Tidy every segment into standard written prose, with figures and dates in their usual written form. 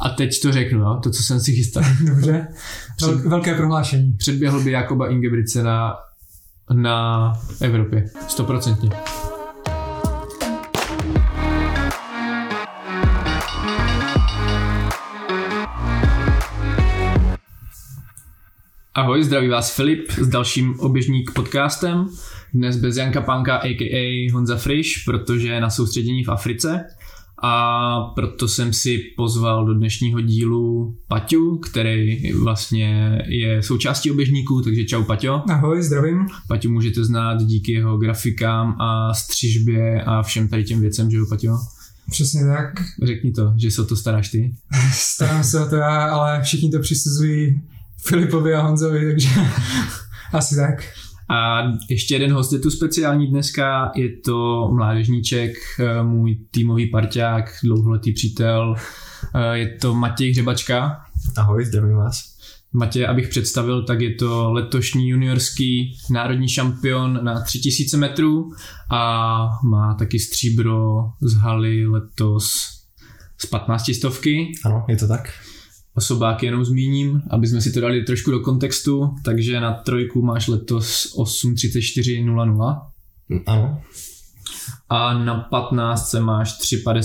A teď to řeknu, no, to, co jsem si chystal. Dobře. Velké prohlášení. Předběhl by Jakoba Ingebrigtse na Evropě. 100%. Ahoj, zdraví vás Filip s dalším Oběžník podcastem. Dnes bez Janka Panka a.k.a. Honza Frisch, protože je na soustředění v Africe. A proto jsem si pozval do dnešního dílu Paťu, který vlastně je součástí Oběžníků, takže čau Paťo. Ahoj, zdravím. Paťu můžete znát díky jeho grafikám a střižbě a všem tady těm věcem, že jo Paťo? Přesně tak. Řekni to, že se o to staráš ty. Starám se o to já, ale všichni to přisuzují Filipovi a Honzovi, takže asi tak. A ještě jeden host je tu speciální dneska, je to mládežníček, můj týmový parťák, dlouholetý přítel, je to Matěj Hřebačka. Ahoj, zdravím vás. Matěj, abych představil, tak je to letošní juniorský národní šampion na 3000 metrů a má taky stříbro z haly letos z 15 stovky. Ano, je to tak. Osobáky jenom zmíním, aby jsme si to dali trošku do kontextu, takže na trojku máš letos 8.34.00. Ano. A na 15 máš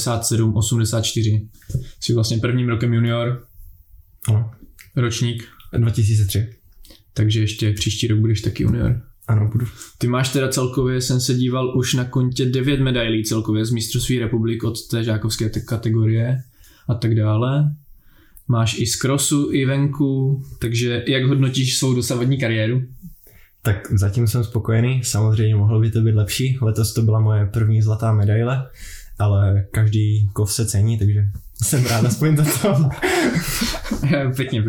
3.57.84. Jsi vlastně prvním rokem junior. Ano. Ročník. 2003. Takže ještě příští rok budeš taky junior. Ano, budu. Ty máš teda celkově, jsem se díval, už na kontě 9 medailí celkově z mistrovství republik od té žákovské kategorie a tak dále. Máš i z crossu, i venku, takže jak hodnotíš svou dosavadní kariéru? Tak zatím jsem spokojený, samozřejmě mohlo by to být lepší, letos to byla moje první zlatá medaile, ale každý kov se cení, takže jsem rád aspoň za to. Pěkně.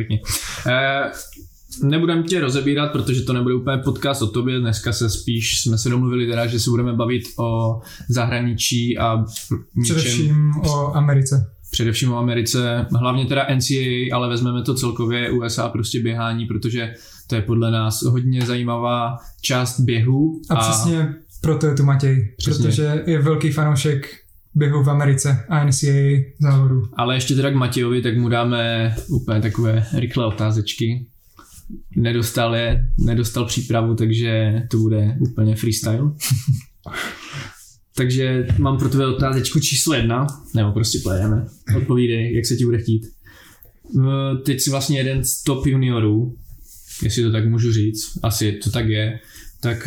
Nebudem tě rozebírat, protože to nebude úplně podcast o tobě, dneska jsme se domluvili teda, že se budeme bavit o zahraničí a především o Americe. Především o Americe, hlavně teda NCAA, ale vezmeme to celkově USA prostě běhání, protože to je podle nás hodně zajímavá část běhu. A přesně proto je tu Matěj, protože je velký fanoušek běhu v Americe a NCAA závodu. Ale ještě teda k Matějovi, tak mu dáme úplně takové rychlé otázečky. Nedostal přípravu, takže to bude úplně freestyle. Takže mám pro tebe otázečku číslo 1, nebo prostě pojedeme. Odpovídej, jak se ti bude chtít. Teď jsi vlastně jeden z top juniorů, jestli to tak můžu říct, asi to tak je. Tak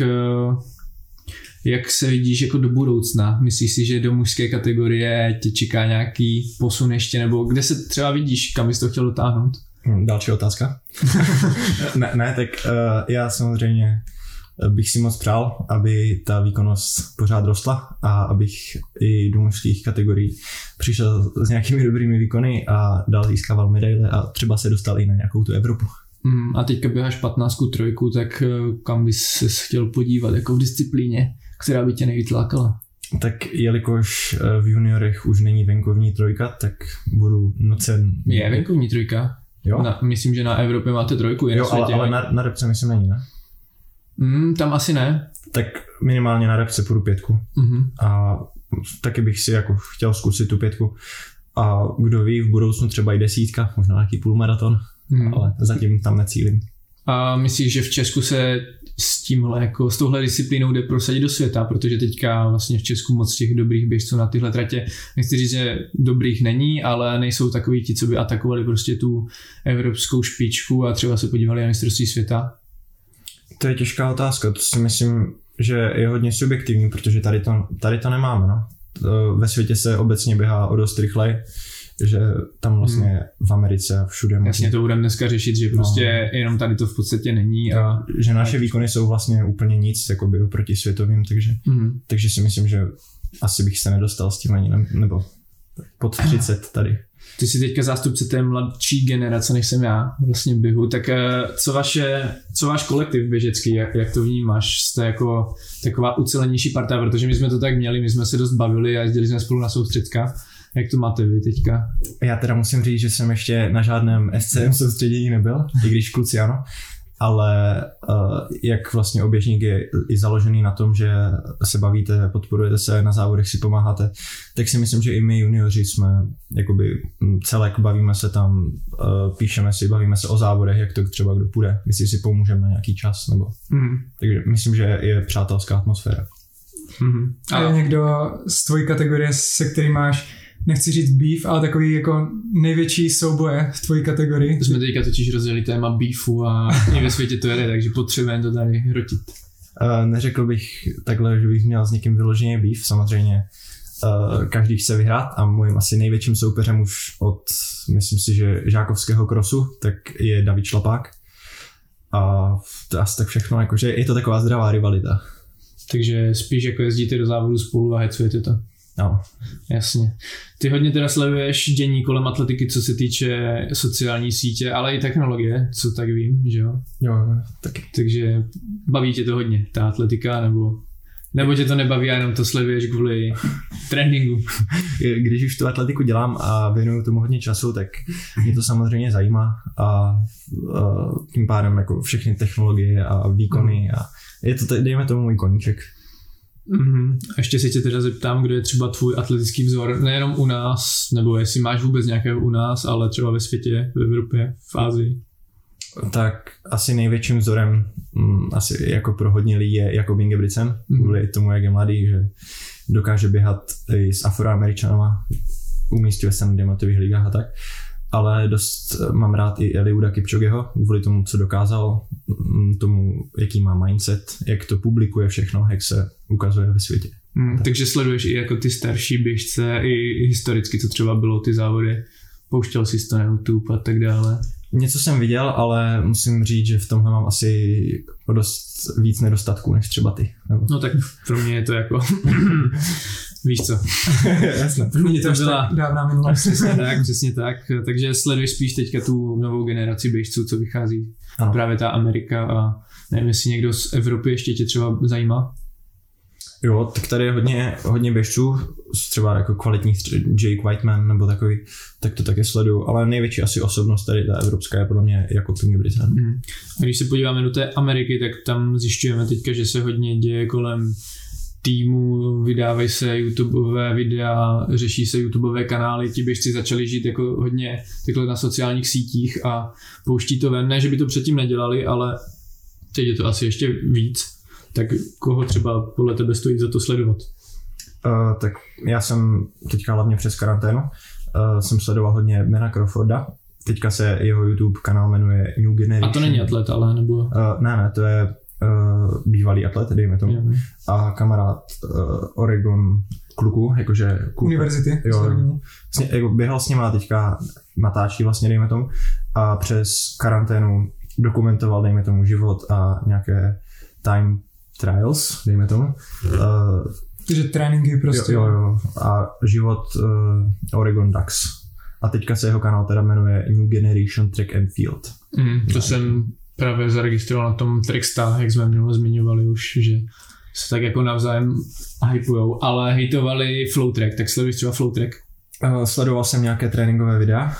jak se vidíš jako do budoucna? Myslíš si, že do mužské kategorie tě čeká nějaký posun ještě, nebo kde se třeba vidíš, kam bys to chtěl dotáhnout? Další otázka. ne, tak já samozřejmě bych si moc přál, aby ta výkonnost pořád rostla a abych i do mužských kategorií přišel s nějakými dobrými výkony a dál získával medaile a třeba se dostal i na nějakou tu Evropu. A teďka běháš 15 trojku, tak kam bys se chtěl podívat jako v disciplíně, která by tě nejvíc lákala? Tak jelikož v juniorech už není venkovní trojka, tak budu nucen... Je venkovní trojka? Jo? Myslím, že na Evropě máte trojku. Jo, ale na repce myslím není, ne? Tam asi ne. Tak minimálně na repce půjdu 5. A taky bych si jako chtěl zkusit tu 5. A kdo ví, v budoucnu třeba i 10, možná nějaký půlmaraton, ale zatím tam necílím. A myslíš, že v Česku se s touhle disciplínou jde prosadit do světa, protože teďka vlastně v Česku moc těch dobrých běžců na tyhle tratě, nechci říct, že dobrých není, ale nejsou takoví ti, co by atakovali prostě tu evropskou špičku a třeba se podívali na mistrovství světa? To je těžká otázka, to si myslím, že je hodně subjektivní, protože tady to nemáme. No. Ve světě se obecně běhá o dost rychleji, že tam vlastně v Americe a všude... Jasně, to budeme dneska řešit, že prostě jenom tady to v podstatě není. A že naše výkony jsou vlastně úplně nic jakoby oproti světovým, takže si myslím, že asi bych se nedostal s tím ani, nebo pod 30 tady. Ty jsi teďka zástupce té mladší generace, než jsem já vlastně běhu, tak co váš kolektiv běžecký, jak to vnímáš? Jste jako taková ucelenější parta, protože my jsme to tak měli, my jsme se dost bavili a jezdili jsme spolu na soustředka. Jak to máte vy teďka? Já teda musím říct, že jsem ještě na žádném SCM soustředění nebyl, i když kluci ano. ale jak vlastně oběžník je i založený na tom, že se bavíte, podporujete se, na závodech si pomáháte, tak si myslím, že i my junioři jsme jakoby celek, bavíme se tam, píšeme si, bavíme se o závodech, jak to třeba kdo půjde, jestli si pomůžeme na nějaký čas, nebo takže myslím, že je přátelská atmosféra. A je někdo z tvojí kategorie, se kterým máš, nechci říct beef, ale takový jako největší souboje v tvojí kategorii? To jsme teďka totiž rozdělili téma beefu a i ve světě to jede, takže potřebujeme to tady hrotit. Neřekl bych takhle, že bych měl s někým vyloženě beef, samozřejmě každý chce vyhrát a mojím asi největším soupeřem už od, myslím si, že žákovského krosu, tak je David Šlapák. A to asi tak všechno, jakože je to taková zdravá rivalita. Takže spíš jako jezdíte do závodu spolu a hecujete to. No. Jasně. Ty hodně teda sleduješ dění kolem atletiky, co se týče sociální sítě, ale i technologie, co tak vím, že jo? Jo, taky. Takže baví tě to hodně, ta atletika, nebo tě to nebaví a jenom to sleduješ kvůli tréninku? Když už tu atletiku dělám a věnuju tomu hodně času, tak mě to samozřejmě zajímá a tím pádem jako všechny technologie a výkony a je to, dejme tomu, můj koníček. Ještě si tě teda zeptám, kdo je třeba tvůj atletický vzor, nejenom u nás, nebo jestli máš vůbec nějakého u nás, ale třeba ve světě, v Evropě, v Asii. Tak asi největším vzorem, asi jako pro hodně lidí je Jakob Ingebrigtsen, kvůli tomu, jak je mladý, že dokáže běhat i s Afroameričanama, umístuje se na diamantových ligách a tak. Ale dost mám rád i Eliuda Kipchogeho, kvůli tomu, co dokázal, tomu, jaký má mindset, jak to publikuje všechno, jak se ukazuje ve světě. Takže sleduješ i jako ty starší běžce, i historicky, co třeba bylo ty závody, pouštěl jsi to na YouTube a tak dále. Něco jsem viděl, ale musím říct, že v tomhle mám asi o dost víc nedostatků než třeba ty. Nebo... No tak pro mě je to jako... Víš co? Jasně. Pro mě to byla dávná minulost. Přesně tak. Takže sleduješ spíš teďka tu novou generaci běžců, co vychází. Ano. Právě ta Amerika a nevím, jestli někdo z Evropy ještě tě třeba zajímá. Jo, tak tady je hodně běžců, třeba jako kvalitních Jake Whiteman nebo takový, tak to taky sleduju, ale největší asi osobnost tady ta evropská je podle mě jako Ingebrigtsen. A když se podíváme do té Ameriky, tak tam zjišťujeme teďka, že se hodně děje kolem týmu, vydávají se YouTubeové videa, řeší se YouTubeové kanály, ti běžci začali žít jako hodně takhle na sociálních sítích a pouští to ven. Ne, že by to předtím nedělali, ale teď je to asi ještě víc. Tak koho třeba podle tebe stojí za to sledovat? Tak já jsem teďka hlavně přes karanténu jsem sledoval hodně Bena Crawforda. Teďka se jeho YouTube kanál jmenuje New Generation. A to není atlet, ale nebo... Ne, to je bývalý atlet, dejme tomu. A kamarád Oregon kluků, jakože... Univerzity. Jo, jako běhal s nima, teďka natáčí vlastně, dejme tomu. A přes karanténu dokumentoval, dejme tomu, život a nějaké time trials, dejme tomu. Takže tréninky prostě. Jo. A život Oregon Ducks. A teďka se jeho kanál teda jmenuje New Generation Track and Field. To jsem právě zaregistroval na tom Trackstar, jak jsme minule zmiňovali už, že se tak jako navzájem hypujou, ale hejtovali Flowtrack, tak sleduješ třeba Flowtrack? Sledoval jsem nějaké tréninkové videa.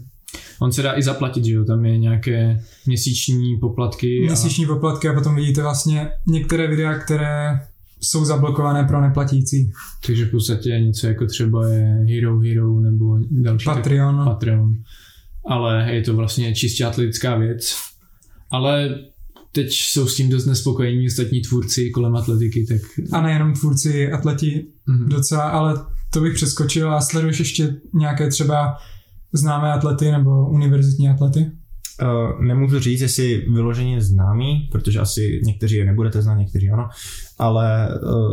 On se dá i zaplatit, že jo? Tam je nějaké měsíční poplatky. Poplatky a potom vidíte vlastně některé videa, které jsou zablokované pro neplatící. Takže v podstatě něco jako třeba je Hero nebo další. Patreon. Ale je to vlastně čistě atletická věc. Ale teď jsou s tím dost nespokojení ostatní tvůrci kolem atletiky. Tak... A nejenom tvůrci, atleti docela, ale to bych přeskočil a sleduješ ještě nějaké třeba známé atlety nebo univerzitní atlety? Nemůžu říct, jestli vyloženě známý, protože asi někteří je nebudete znát, někteří ano, ale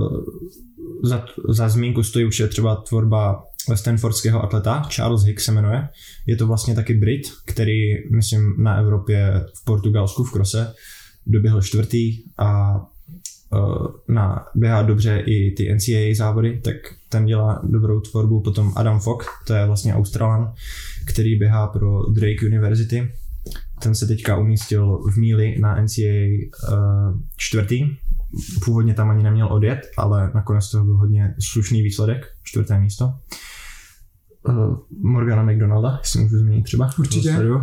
za zmínku stojí už je třeba tvorba stanfordského atleta, Charles Hicks se jmenuje. Je to vlastně taky Brit, který, myslím, na Evropě v Portugalsku v krose doběhl 4. a běhá dobře i ty NCAA závody, tak ten dělá dobrou tvorbu. Potom Adam Fogg, to je vlastně Australan, který běhá pro Drake University. Ten se teďka umístil v míli na NCAA 4. Původně tam ani neměl odjet, ale nakonec to byl hodně slušný výsledek, 4. místo. Morgana McDonalda, jestli můžu zmínit třeba. Určitě.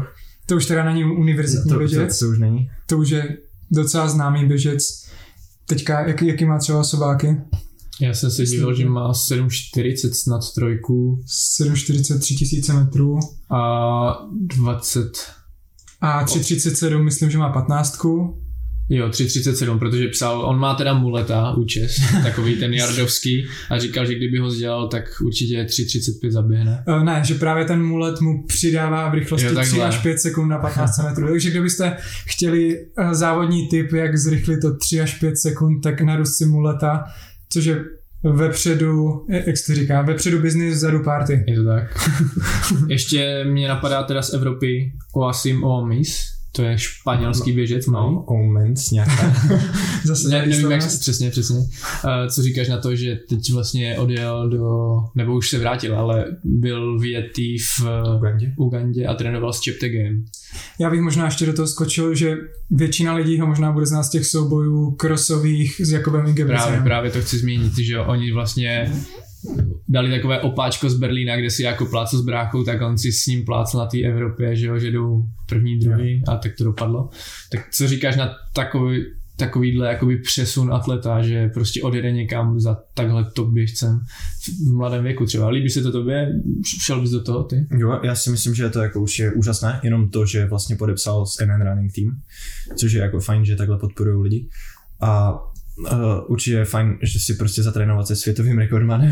To už teda není univerzitní běžec. To už není. To už je docela známý běžec. Teďka, jaký má třeba osobáky? Já jsem si díval, že má 7,40 snad trojku. 7,43 tisíce metrů. A 20... A 3,37 myslím, že má 15. Jo, 3,37, protože psal, on má teda muleta, účes, takový ten jardovský, a říkal, že kdyby ho dělal, tak určitě 3,35 zaběhne. Ne, že právě ten mulet mu přidává v rychlosti 3 až 5 sekund na 15 metrů. Takže kdybyste chtěli závodní tip, jak zrychlit to 3 až 5 sekund, tak narůst si muleta, což je vepředu, jak se to říká, vepředu business, vzadu party. Je to tak. Ještě mě napadá teda z Evropy Oasim Omis. To je španělský běžec, no. Omens nějaká. Zase nevím, jak se přesně. Co říkáš na to, že teď vlastně odjel nebo už se vrátil, ale byl vyjetý v Ugandě a trénoval s Cheptegem. Já bych možná ještě do toho skočil, že většina lidí ho možná bude znát z těch soubojů krosových s Jakobem Ingebrigtsenem. Právě to chci zmínit, že oni vlastně dali takové opáčko z Berlína, kde si jako plácel s bráchou, tak on si s ním plácel na té Evropě, že jdou první, druhý a tak to dopadlo. Tak co říkáš na takovýhle jakoby přesun atleta, že prostě odjede někam za takhle top běžcem v mladém věku třeba. Líbí se to tobě? Šel bys do toho ty? Jo, já si myslím, že to jako už je úžasné, jenom to, že vlastně podepsal s NN Running Team, což je jako fajn, že takhle podporují lidi. A určitě je fajn, že si prostě zatrénovat se světovým rekordmanem.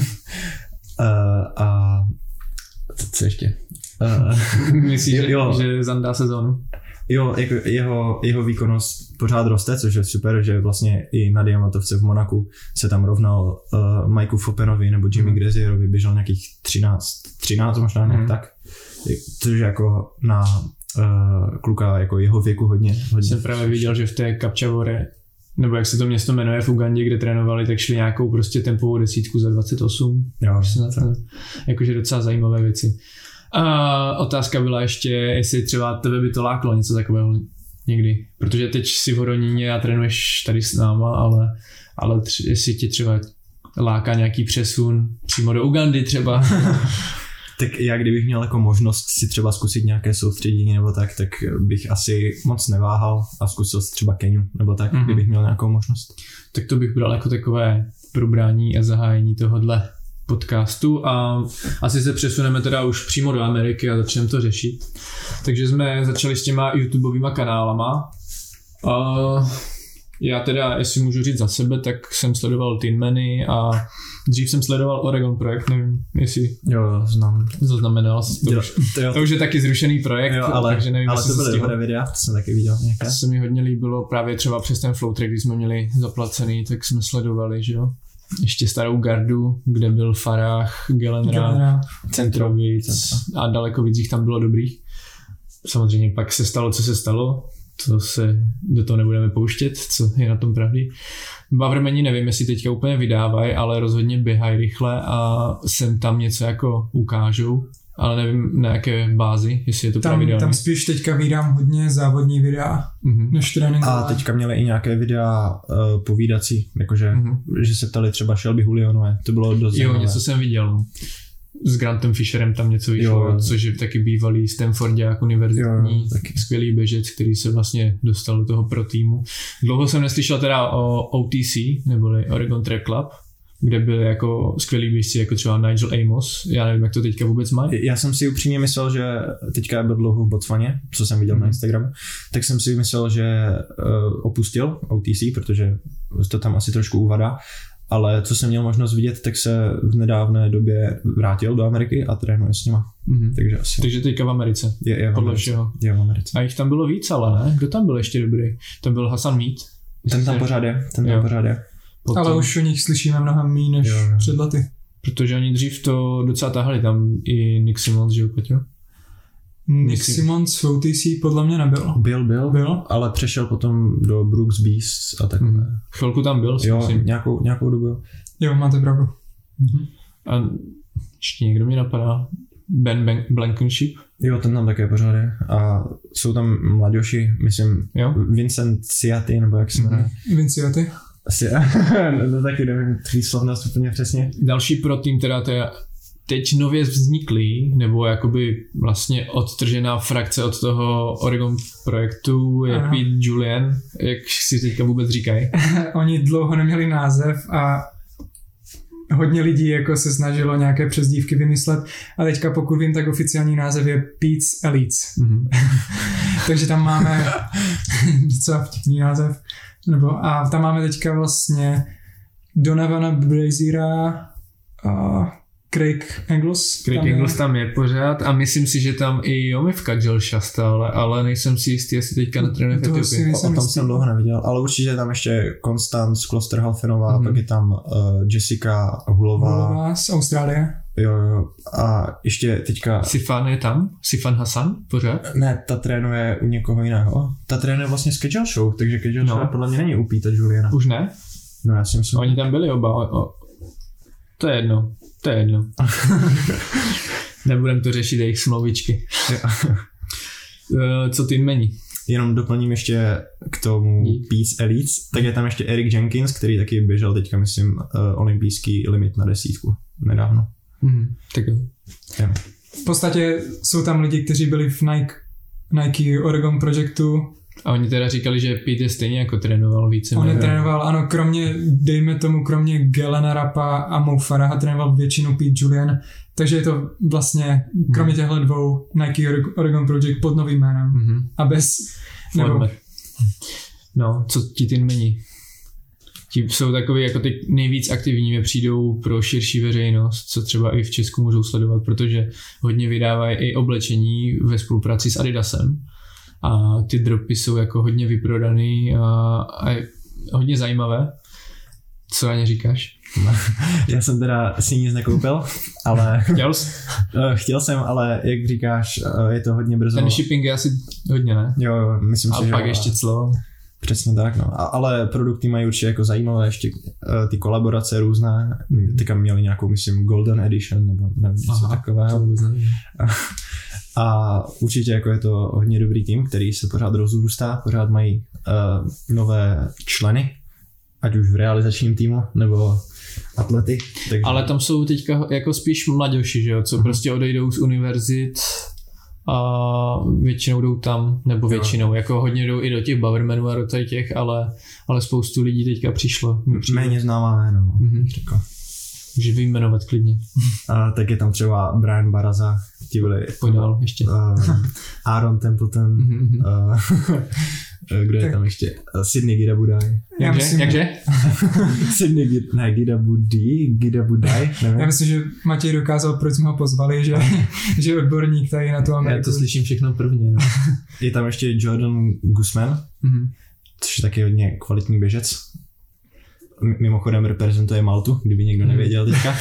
A co ještě? Myslíš, že zandá sezónu? Jo, jako jeho výkonnost pořád roste, což je super, že vlastně i na diamantovce v Monaku se tam rovnal Mikeu Foppenovi nebo Jimmy Grazierovi, běžel nějakých 13 možná nějak tak. Což jako na kluka jako jeho věku hodně. Jsem právě viděl, že v té Kapčavore, nebo jak se to město jmenuje v Ugandě, kde trénovali, tak šli nějakou prostě tempovou desítku za 28. Jo, jakože docela zajímavé věci. A otázka byla ještě, jestli třeba tebe by to láklo něco takového někdy. Protože teď si v Horoníně a trénuješ tady s náma, ale jestli ti třeba láká nějaký přesun přímo do Ugandy třeba. Tak já kdybych měl jako možnost si třeba zkusit nějaké soustředění nebo tak bych asi moc neváhal a zkusil třeba Keniu nebo tak, kdybych měl nějakou možnost. Tak to bych bral jako takové probrání a zahájení tohodle podcastu a asi se přesuneme teda už přímo do Ameriky a začneme to řešit. Takže jsme začali s těma YouTubeovýma kanálama. Já teda, jestli můžu říct za sebe, tak jsem sledoval Tinmany a dřív jsem sledoval Oregon projekt, nevím, jestli znám. Zaznamenal to už je taky zrušený projekt, jo, takže nevím, ale to byly dobré videa, to jsem taky viděl nějaké. To se mi hodně líbilo právě třeba přes ten Flow Track, když jsme měli zaplacený, tak jsme sledovali, že jo. Ještě starou gardu, kde byl Farah, Gelenra, Centrovic a daleko víc jich tam bylo dobrých. Samozřejmě pak se stalo, co se stalo. To se do toho nebudeme pouštět, co je na tom pravdy. Bavrmeni nevím, jestli teďka úplně vydávají, ale rozhodně běhají rychle a sem tam něco jako ukážou, ale nevím na jaké bázi, jestli je to pravidelné. Tam spíš teďka vydám hodně závodní videa, než tréninkové. A teďka měli i nějaké videa povídací, jakože že se ptali třeba Shelby Julianové, to bylo dost zajímavé. Jo, něco jsem viděl. S Grantem Fisherem tam něco vyšlo, což je taky bývalý Stanfordák univerzitní, skvělý běžec, který se vlastně dostal do toho pro týmu. Dlouho jsem neslyšel teda o OTC, neboli Oregon Track Club, kde byli jako skvělí běžci, jako třeba Nigel Amos. Já nevím, jak to teďka vůbec mají. Já jsem si upřímně myslel, že teďka byl dlouho v Botswaně, co jsem viděl na Instagramu, tak jsem si myslel, že opustil OTC, protože to tam asi trošku uvadá. Ale co jsem měl možnost vidět, tak se v nedávné době vrátil do Ameriky a trénuje s nima. Takže teďka v Americe. Je v Americe. A jich tam bylo víc, ale ne? Kdo tam byl ještě dobrý? Tam byl Hassan Mead. Ten tam pořád je. Potom... Ale už o nich slyšíme mnohem méně než před lety. Protože oni dřív to docela tahali, tam i Nick Simons, že jo, Petro? Nick Simons v OTC podle mě nebyl. Byl, ale přešel potom do Brooks Beast a takové. Chvilku tam byl, si myslím. Nějakou dobu. Jo, máte pravdu. A ještě někdo mi napadá. Ben Blankenship. Jo, ten tam také pořád je. A jsou tam mladěši, myslím, Vincent Ciati, nebo jak se jmenuje. Vinciati. No taky nevím, tří slovnost úplně přesně. Další pro tým teda to je teď nově vzniklý, nebo jakoby vlastně odtržená frakce od toho Oregon projektu je Pete Julian, jak si teďka vůbec říkají. Oni dlouho neměli název a hodně lidí jako se snažilo nějaké přezdívky vymyslet a teďka pokud vím, tak oficiální název je Pete's Elites. Mm-hmm. Takže tam máme docela vtipný název. A tam máme teďka vlastně Donovana Braziera a Craig Engels. Craig Engels tam je pořád a myslím si, že tam i Jomivka Joel Šastal, ale nejsem si jistý, jestli teďka netrénuje v Etiopii. O tom jsem dlouho neviděl, ale určitě je tam ještě Constance Klosterhalfenová, pak je tam Jessica Hulová z Austrálie. Jo. A ještě teďka... Sifan je tam? Sifan Hassan pořád? Ne, ta trénuje u někoho jiného. Ta trénuje vlastně s Casual Show, takže Casual Show podle mě není u Pete Juliana. Už ne? No já si myslím. Oni tam byli oba. To je jedno. Nebudem to řešit jejich smlouvičky. Co ty mení? Jenom doplním ještě k tomu Pete's Elites, tak je tam ještě Eric Jenkins, který taky běžel teďka, myslím, olympijský limit na 10 nedávno. Tak jo. V podstatě jsou tam lidi, kteří byli v Nike Oregon Projectu. A oni teda říkali, že Pete je stejně jako trénoval více. On je trénoval, ano, kromě Gelena Rappa a Mo Faraha trénoval většinu Pete Julian, takže je to vlastně, kromě těchto dvou Nike Oregon Project pod novým jménem. A bez... No, co ti ty mení? Ti jsou takový jako teď nejvíc aktivní, mě přijdou pro širší veřejnost, co třeba i v Česku můžou sledovat, protože hodně vydávají i oblečení ve spolupráci s Adidasem. A ty dropy jsou jako hodně vyprodaný a hodně zajímavé. Co na ně říkáš? Já jsem teda si nic nekoupil, ale... Chtěl jsem, ale jak říkáš, je to hodně brzo. Ten shipping je asi hodně, ne? Jo, myslím si, že... A pak ještě clo. Přesně tak, no. Ale produkty mají určitě jako zajímavé, ještě ty kolaborace různé. Teďka měli nějakou, myslím, Golden Edition, nebo nevím, něco takového. A určitě jako je to hodně dobrý tým, který se pořád rozrůstá, pořád mají nové členy, ať už v realizačním týmu, nebo atlety. Takže... Ale tam jsou teďka jako spíš mladěši, že jo, co prostě odejdou z univerzit a většinou jdou tam, nebo většinou, jako hodně jdou i do těch Bowermanů a do těch, ale spoustu lidí teďka přišlo. Méně známá jméno, řekl. Může vyjmenovat klidně. Tak je tam třeba Brian Baraza, ti byli ještě. Aaron Templeton, kdo je tam ještě? Sidney Gidabudai. Jakže? Sidney Gidabudai. Já myslím, že Matěj dokázal, proč jsme ho pozvali, že je odborník tady na tu Ameriku. Já to slyším všechno prvně. No. Je tam ještě Jordan Guzman, což je taky hodně kvalitní běžec. Mimochodem reprezentuje Maltu, kdyby někdo nevěděl teďka.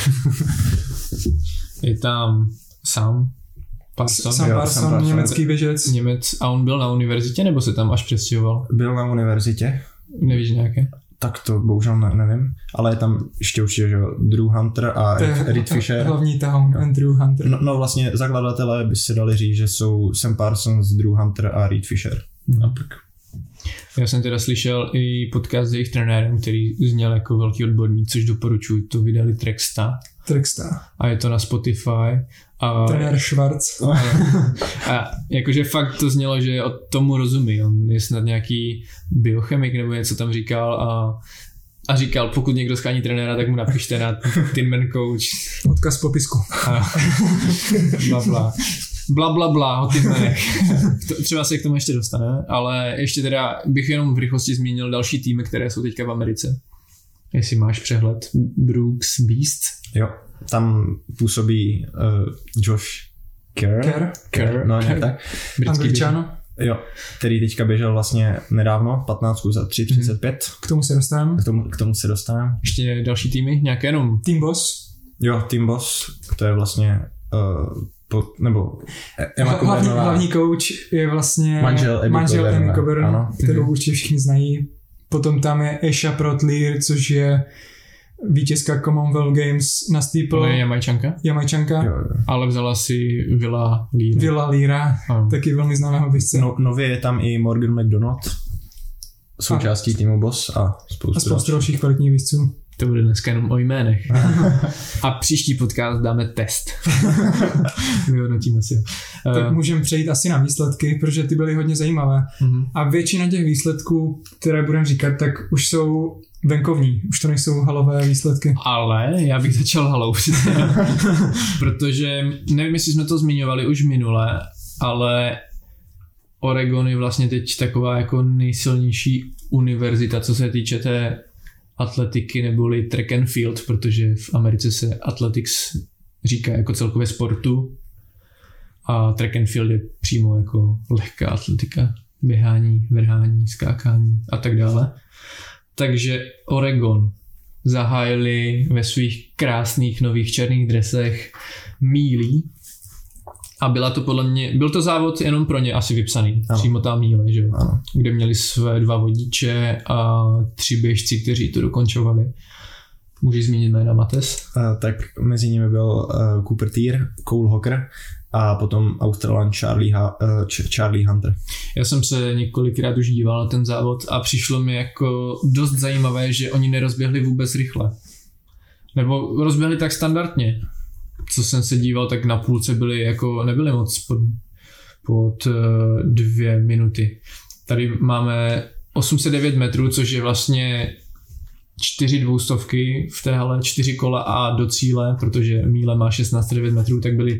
Je tam Sam Parson, německý běžec. Němec. A on byl na univerzitě, nebo se tam až přestěhoval? Byl na univerzitě. Nevíš nějaké? Tak to bohužel nevím, ale je tam ještě určitě, že Drew Hunter a Reed Fisher. Hlavní tahoun, Andrew Hunter. No vlastně zakladatelé by se dali říct, že jsou Sam Parsons, Drew Hunter a Reed Fisher. No tak. Já jsem teda slyšel i podcast s jejich trenérem, který zněl jako velký odborník, což doporučuji, to vydali Trackstar. A je to na Spotify. Trenér Schwarz. A jakože fakt to znělo, že od tomu rozumí. On je snad nějaký biochemik nebo něco tam říkal a říkal, pokud někdo schání trenéra, tak mu napište na Tinman Coach. Odkaz v popisku. Bla o těch jmenech. Třeba se k tomu ještě dostane, ale ještě teda bych jenom v rychlosti zmínil další týmy, které jsou teďka v Americe. Jestli máš přehled. Brooks Beast. Jo, tam působí Josh Kerr. No nějak tak. Angličan. Jo, který teďka běžel vlastně nedávno, 15 za 3:35. K tomu se dostaneme. K tomu se dostaneme. Ještě další týmy? Nějaké jenom? Team Boss. Jo, Team Boss, to je vlastně hlavní coach je vlastně manžel Amy Coburn, kterou určitě všichni znají. Potom tam je Asha Protlier, což je vítězka Commonwealth Games na steeple. Ale je Jamajčanka. Jo. Ale vzala si Villa Lira, taky velmi známého běžce. Nově je tam i Morgan McDonald, součástí týmu Boss a spoustu dalších kvalitních běžců. To bude dneska jenom o jménech. A příští podcast dáme test. Vyhodnotíme si. Tak můžeme přejít asi na výsledky, protože ty byly hodně zajímavé. A většina těch výsledků, které budeme říkat, tak už jsou venkovní. Už to nejsou halové výsledky. Ale já bych začal halou. Protože nevím, jestli jsme to zmiňovali už minule, ale Oregon je vlastně teď taková jako nejsilnější univerzita, co se týče té atletiky neboli track and field, protože v Americe se athletics říká jako celkově sportu a track and field je přímo jako lehká atletika, běhání, vrhání, skákání a tak dále. Takže Oregon zahájili ve svých krásných nových černých dresech mílí a byla to podle mě, byl to závod jenom pro ně asi vypsaný, přímo ta míle, že jo, kde měli své 2 vodiče a 3 běžci, kteří to dokončovali. Můžeš zmínit jména, Mates? Tak mezi nimi byl Cooper Teare, Cole Hocker a potom Australan Charlie Hunter. Já jsem se několikrát už díval na ten závod a přišlo mi jako dost zajímavé, že oni nerozběhli vůbec rychle. Nebo rozběhli tak standardně. Co jsem se díval, tak na půlce byli jako, nebyli moc pod 2 minuty. Tady máme 809 metrů, což je vlastně 4 dvoustovky v téhle 4 kola a do cíle, protože míle má 16,9 metrů, tak byly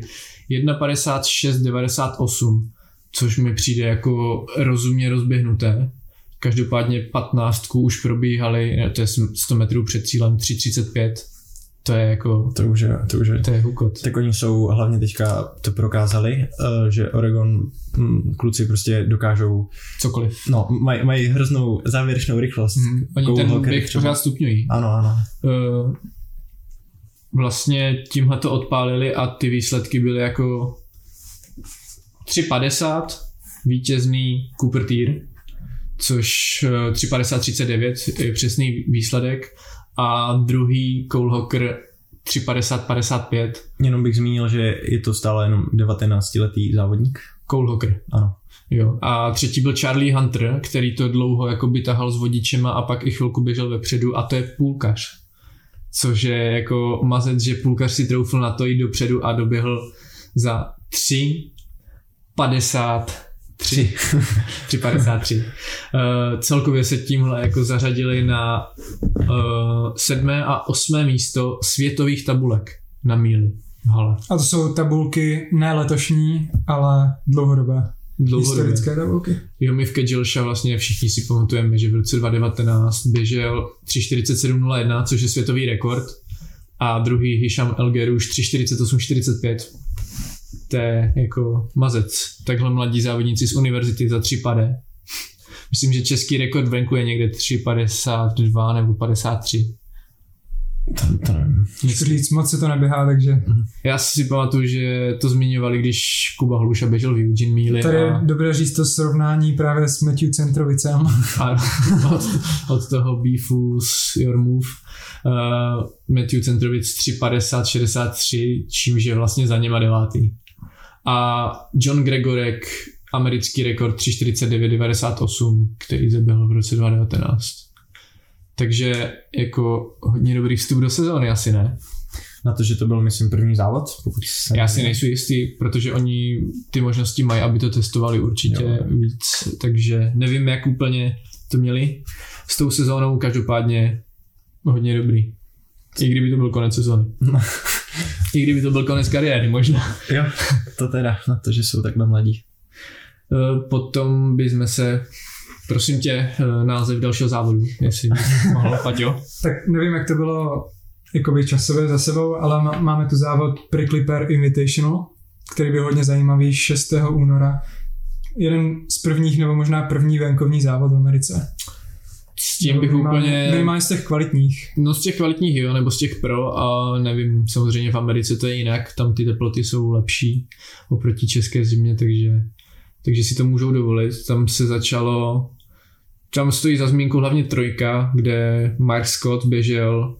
1,56,98, což mi přijde jako rozumně rozběhnuté. Každopádně 15 už probíhali, to je 100 metrů před cílem 3,35. To je jako... To je hukot. Tak oni jsou hlavně teďka to prokázali, že Oregon kluci prostě dokážou... Cokoliv. No, mají hroznou závěrečnou rychlost. Oni ten běh pořád stupňují. Ano. Vlastně tímhle to odpálili a ty výsledky byly jako 3,50 vítězný Cooper Teare, což 3,50,39 je přesný výsledek. A druhý Cole Hocker 3,50,55. Jenom bych zmínil, že je to stále jenom 19letý závodník. Cole Hocker. Ano. Jo. A třetí byl Charlie Hunter, který to dlouho jakoby tahal s vodičema a pak i chvilku běžel vepředu a to je půlkař. Což je jako mazec, že půlkař si troufl na to jít dopředu a doběhl za 3,53. Celkově se tímhle jako zařadili na 7. a 8. místo světových tabulek na míli v hale. A to jsou tabulky ne letošní, ale dlouhodobé. Historické tabulky. Jo, my v Kedžilša vlastně všichni si pamatujeme, že v roce 2019 běžel 3:47:01, což je světový rekord, a druhý Hišam El Guerrouj 3:48:45. To je jako mazec. Takhle mladí závodníci z univerzity za 3 pade. Myslím, že český rekord venku je někde 3:52 nebo 53. To nevím. Nechci říct, moc se to neběhá, takže... Já si pamatuju, že to zmiňovali, když Kuba Hluša běžel v Eugene míli. Tady je dobré říct to srovnání právě s Matthew Centrovicem. A od toho beefu s Your Move. Matthew Centrovic 3:50:63, čímž je vlastně za něma 9. A John Gregorek, americký rekord 3:49:98, který zaběhl v roce 2019. Takže jako hodně dobrý vstup do sezóny, asi ne? Na to, že to byl, myslím, první závod? Já si nejsem jistý, protože oni ty možnosti mají, aby to testovali určitě víc, takže nevím, jak úplně to měli s tou sezónou, každopádně hodně dobrý. I kdyby to byl konec sezóny. I kdyby to byl konec kariéry, možná. Jo, to teda, na to, že jsou takhle mladí. Potom bychom se... Prosím tě, název dalšího závodu, jestli mohl, Paťo. Tak nevím, jak to bylo jakoby časově za sebou, ale máme tu závod Prickly Pear Invitational, který byl hodně zajímavý 6. února. Jeden z prvních, nebo možná první venkovní závod v Americe. S tím bych úplně... Minimálně z těch kvalitních. No z těch kvalitních, jo, nebo z těch pro, a nevím, samozřejmě v Americe to je jinak, tam ty teploty jsou lepší oproti české zimě, takže si to můžou dovolit. Tam se začalo, tam stojí za zmínku hlavně trojka, kde Mark Scott běžel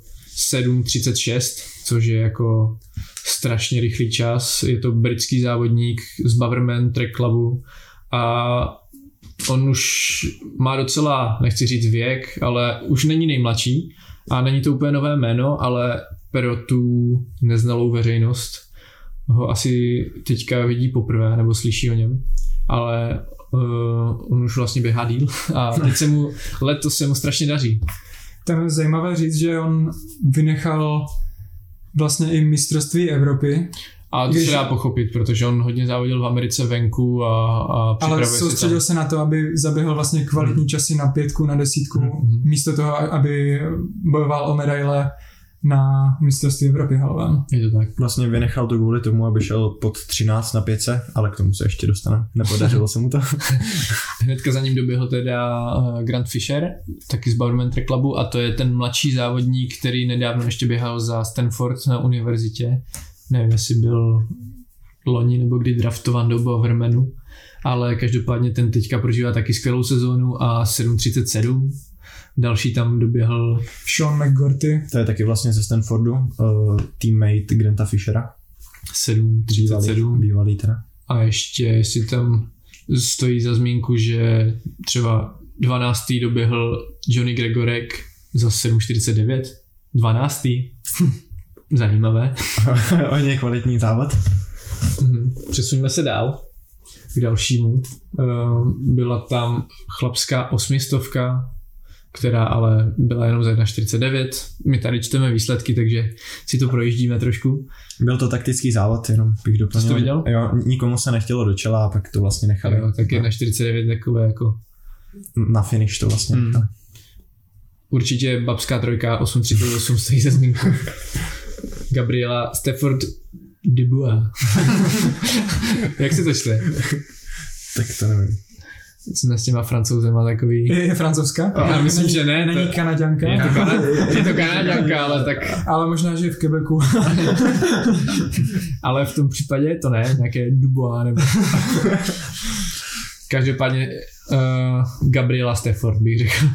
7:36, což je jako strašně rychlý čas. Je to britský závodník z Baverman Track Clubu a on už má docela, nechci říct věk, ale už není nejmladší A není to úplně nové jméno, ale pro tu neznalou veřejnost ho asi teďka vidí poprvé, nebo slyší o něm, ale on už vlastně běhá díl a teď letos se mu strašně daří. Tam je zajímavé říct, že on vynechal vlastně i mistrovství Evropy. A to se dá pochopit, protože on hodně závodil v Americe venku a ale soustředil se na to, aby zaběhl vlastně kvalitní časy na 5, na 10, místo toho, aby bojoval o medaile na mistrovství Evropy halovém. Je to tak. Vlastně vynechal to kvůli tomu, aby šel pod 13 na 5, ale k tomu se ještě dostane. Nepodařilo se mu to. Hnedka za ním doběhl teda Grant Fisher, taky z Bowerman Track Clubu, a to je ten mladší závodník, který nedávno ještě běhal za Stanford na univerzitě. Nevím, jestli byl loni nebo kdy draftovan do Bowermanu, ale každopádně ten teďka prožívá taky skvělou sezónu a 7:37. Další tam doběhl Sean McGorty. To je taky vlastně ze Stanfordu, teammate Granta Fishera. 7:37. Bývalý teda. A ještě si tam stojí za zmínku, že třeba 12. doběhl Johnny Gregorek za 7:49. 12. Zajímavé. Hodně kvalitní závod. Přesuňme se dál k dalšímu. Byla tam chlapská 800, která ale byla jenom za 1:49. My tady čteme výsledky, takže si to projíždíme trošku. Byl to taktický závod, jenom bych doplnil. Jsi to viděl? Jo, nikomu se nechtělo do čela a pak to vlastně nechali. Jo, tak 1:49 takové jako... Na finish to vlastně nechali. Určitě babská trojka 8:38 stojí za zmínku. Gabriela Stafford Dubois. Jak se to čte? Tak to nevím. Jsme s těma Francouzema takový... Je francouzská? Já myslím, že ne. Není Kanaďanka? Je to Kanaďanka, ale tak... Ale možná, že je v Quebecu. Ale v tom případě to ne, nějaké Dubois nebo... Každopádně Gabriela Stafford bych řekl.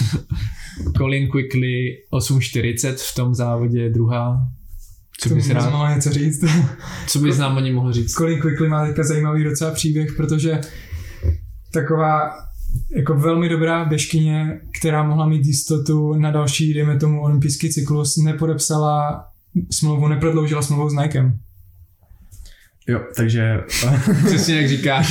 Colin Quickly 8:40 v tom závodě druhá. Co bys mohl něco říct? Co bys nám o ní mohl říct? Colin Quickly má teďka zajímavý docela příběh, protože taková jako velmi dobrá běžkyně, která mohla mít jistotu na další, dejme tomu, olympijský cyklus, nepodepsala smlouvu, neprodloužila smlouvu s Nikem. Jo, takže... Přesně jak říkáš.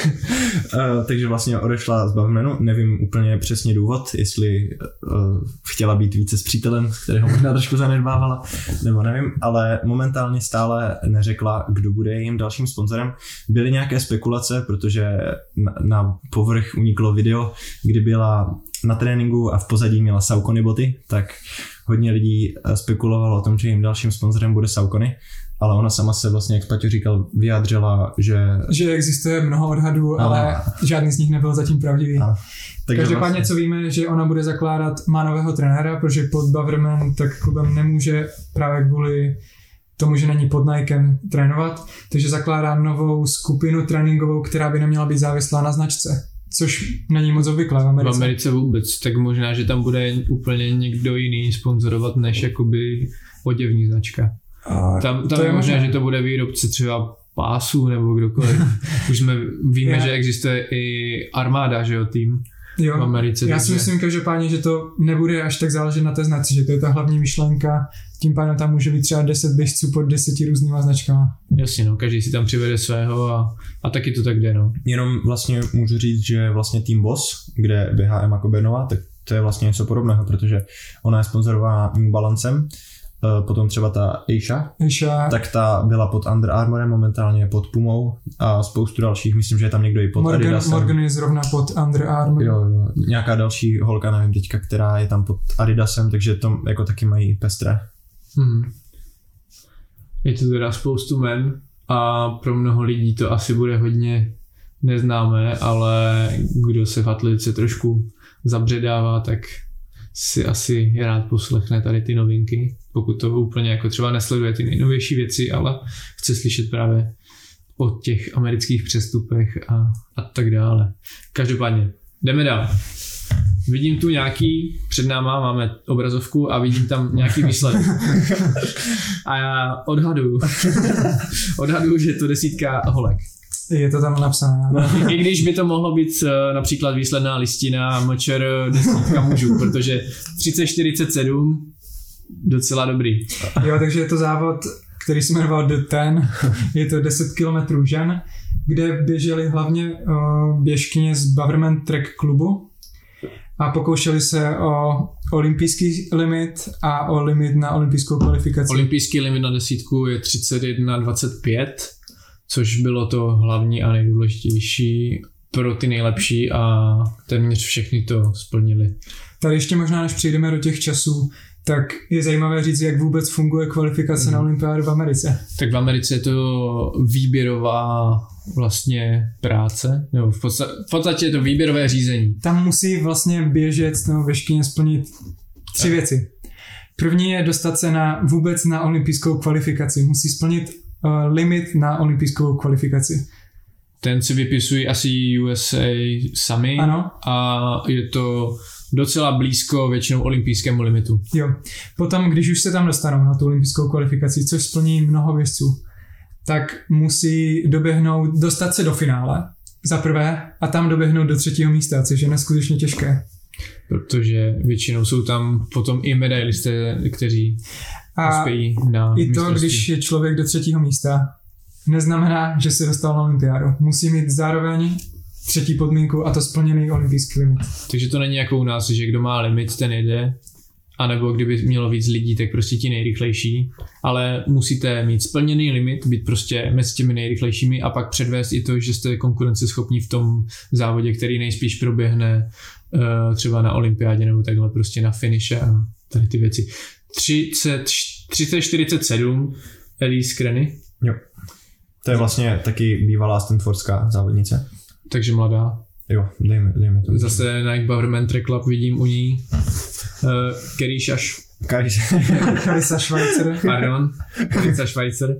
Takže vlastně odešla z Bowermanu, nevím úplně přesně důvod, jestli chtěla být více s přítelem, kterého možná trošku zanedbávala, nebo nevím, ale momentálně stále neřekla, kdo bude jejím dalším sponzorem. Byly nějaké spekulace, protože na povrch uniklo video, kdy byla na tréninku a v pozadí měla Saucony boty, tak hodně lidí spekulovalo o tom, že jejím dalším sponzorem bude Saucony. Ale ona sama se vlastně, jak Paťo říkal, vyjádřila, že existuje mnoho odhadů, ale žádný z nich nebyl zatím pravdivý. Každopádně, vlastně... co víme, že ona bude zakládat, má nového trenéra, protože pod Bowerman tak klubem nemůže právě kvůli tomu, že není pod Nikem trénovat, takže zakládá novou skupinu tréninkovou, která by neměla být závislá na značce. Což není moc obvyklé v Americe. V Americe vůbec, tak možná, že tam bude úplně někdo jiný sponzorovat, než jakoby oděvní značka. Tam je možná, že to bude výrobce třeba pásů nebo kdokoliv. Už víme, že existuje i armáda, že jo, tým v Americe. Já si myslím každopádně, že to nebude až tak záležet na té značce, že to je ta hlavní myšlenka. Tím pádem tam může být třeba 10 běžců pod 10 různýma značkama. Jasně, no, každý si tam přivede svého a taky to tak jde, no. Jenom vlastně můžu říct, že vlastně Team Boss, kde běhá Emma Kobernová, tak to je vlastně něco podobného, protože ona je sponzorována New Balancem. Potom třeba ta Aisha, tak ta byla pod Under Armourem, momentálně pod Pumou a spoustu dalších, myslím, že je tam někdo i pod Adidasem. Morgan je zrovna pod Under Armour. Jo, nějaká další holka, nevím teďka, která je tam pod Adidasem, takže to jako taky mají pestré. Je to teda spoustu men a pro mnoho lidí to asi bude hodně neznámé, ale kdo se v atletice trošku zabředává, tak si asi rád poslechne tady ty novinky, pokud to úplně jako třeba nesleduje ty nejnovější věci, ale chce slyšet právě o těch amerických přestupech a tak dále. Každopádně, jdeme dál. vidím tu nějaký, před náma máme obrazovku a vidím tam nějaký výsledek. A já odhaduju, že to 10 holek. Je to tam napsané. I když by to mohlo být například výsledná listina MČR 10 mužů, protože 30-47 docela dobrý. Jo, takže je to závod, který se jmenoval The Ten, je to 10 km žen, kde běželi hlavně běžkyně z Bowerman Track klubu a pokoušeli se o olympijský limit a o limit na olympijskou kvalifikaci. Olympijský limit na 10 je 31,25, což bylo to hlavní a nejdůležitější pro ty nejlepší a téměř všechny to splnili. Tady ještě možná, než přejdeme do těch časů, tak je zajímavé říct, jak vůbec funguje kvalifikace na olympiádu v Americe. Tak v Americe je to výběrová vlastně práce, nebo v podstatě je to výběrové řízení. Tam musí vlastně běžec nebo běžkyně splnit 3 věci. První je dostat se vůbec na olympijskou kvalifikaci. Musí splnit limit na olympijskou kvalifikaci. Ten si vypisují asi USA sami. Ano. A je to docela blízko většinou olympijskému limitu. Jo. Potom, když už se tam dostanou na tu olympijskou kvalifikaci, což splní mnoho běžců, tak musí dostat se do finále za prvé a tam doběhnout do 3. místa, což je neskutečně těžké. Protože většinou jsou tam potom i medailisté, kteří uspějí na i to, mistrovství. když je člověk do 3. místa, neznamená, že se dostal na olympiádu. Musí mít zároveň 3. podmínku a to splněný olympijský limit. Takže to není jako u nás, že kdo má limit, ten jede, anebo kdyby mělo víc lidí, tak prostě ti nejrychlejší, ale musíte mít splněný limit, být prostě mezi těmi nejrychlejšími a pak předvést i to, že jste konkurenceschopní v tom závodě, který nejspíš proběhne třeba na olympiádě nebo takhle prostě na finiše a tady ty věci. 30-47 Elise Crenny. Jo. To je vlastně taky bývalá stanfordská závodnice. Takže mladá. Jo, dejme to. Zase Nike Bowerman Track Club vidím u ní. Carissa Schweitzer. Pardon, Carissa Schweitzer.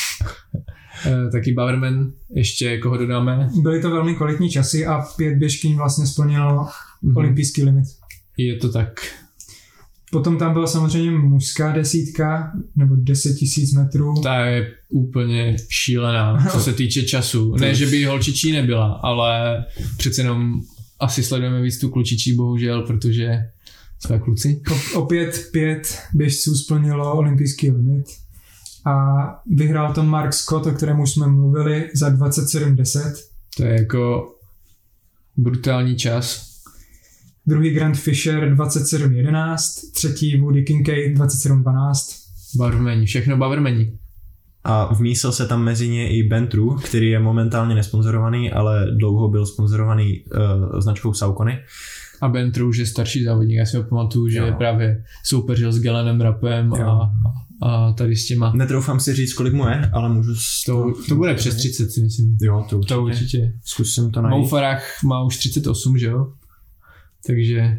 Taky Bowerman, ještě koho dodáme? Byly to velmi kvalitní časy a 5 běžkyň vlastně splnilo olympijský limit. Je to tak. Potom tam byla samozřejmě mužská 10 nebo 10 000 metrů. Ta je úplně šílená, co se týče času. Ne, že by holčičí nebyla, ale přece jenom asi sledujeme víc tu klučičí, bohužel, protože jsme kluci. Opět 5 běžců splnilo olympijský limit a vyhrál to Mark Scott, o kterém už jsme mluvili, za 27:10. To je jako brutální čas. Druhý Grant Fisher 27:11, třetí Woody Kincaid 27:12. Bowermani, všechno Bowermani. A vmísil se tam mezi ně i Ben True, který je momentálně nesponzorovaný, ale dlouho byl sponzorovaný značkou Saucony. A Ben True je starší závodník, já si ho pamatuju, že právě soupeřil s Galenem Rappem a tady s těma. Netroufám si říct, kolik mu je, ale můžu... To bude přes 30, si myslím. Jo, to určitě. Zkusím to najít. Mo Farah má už 38, že jo? Takže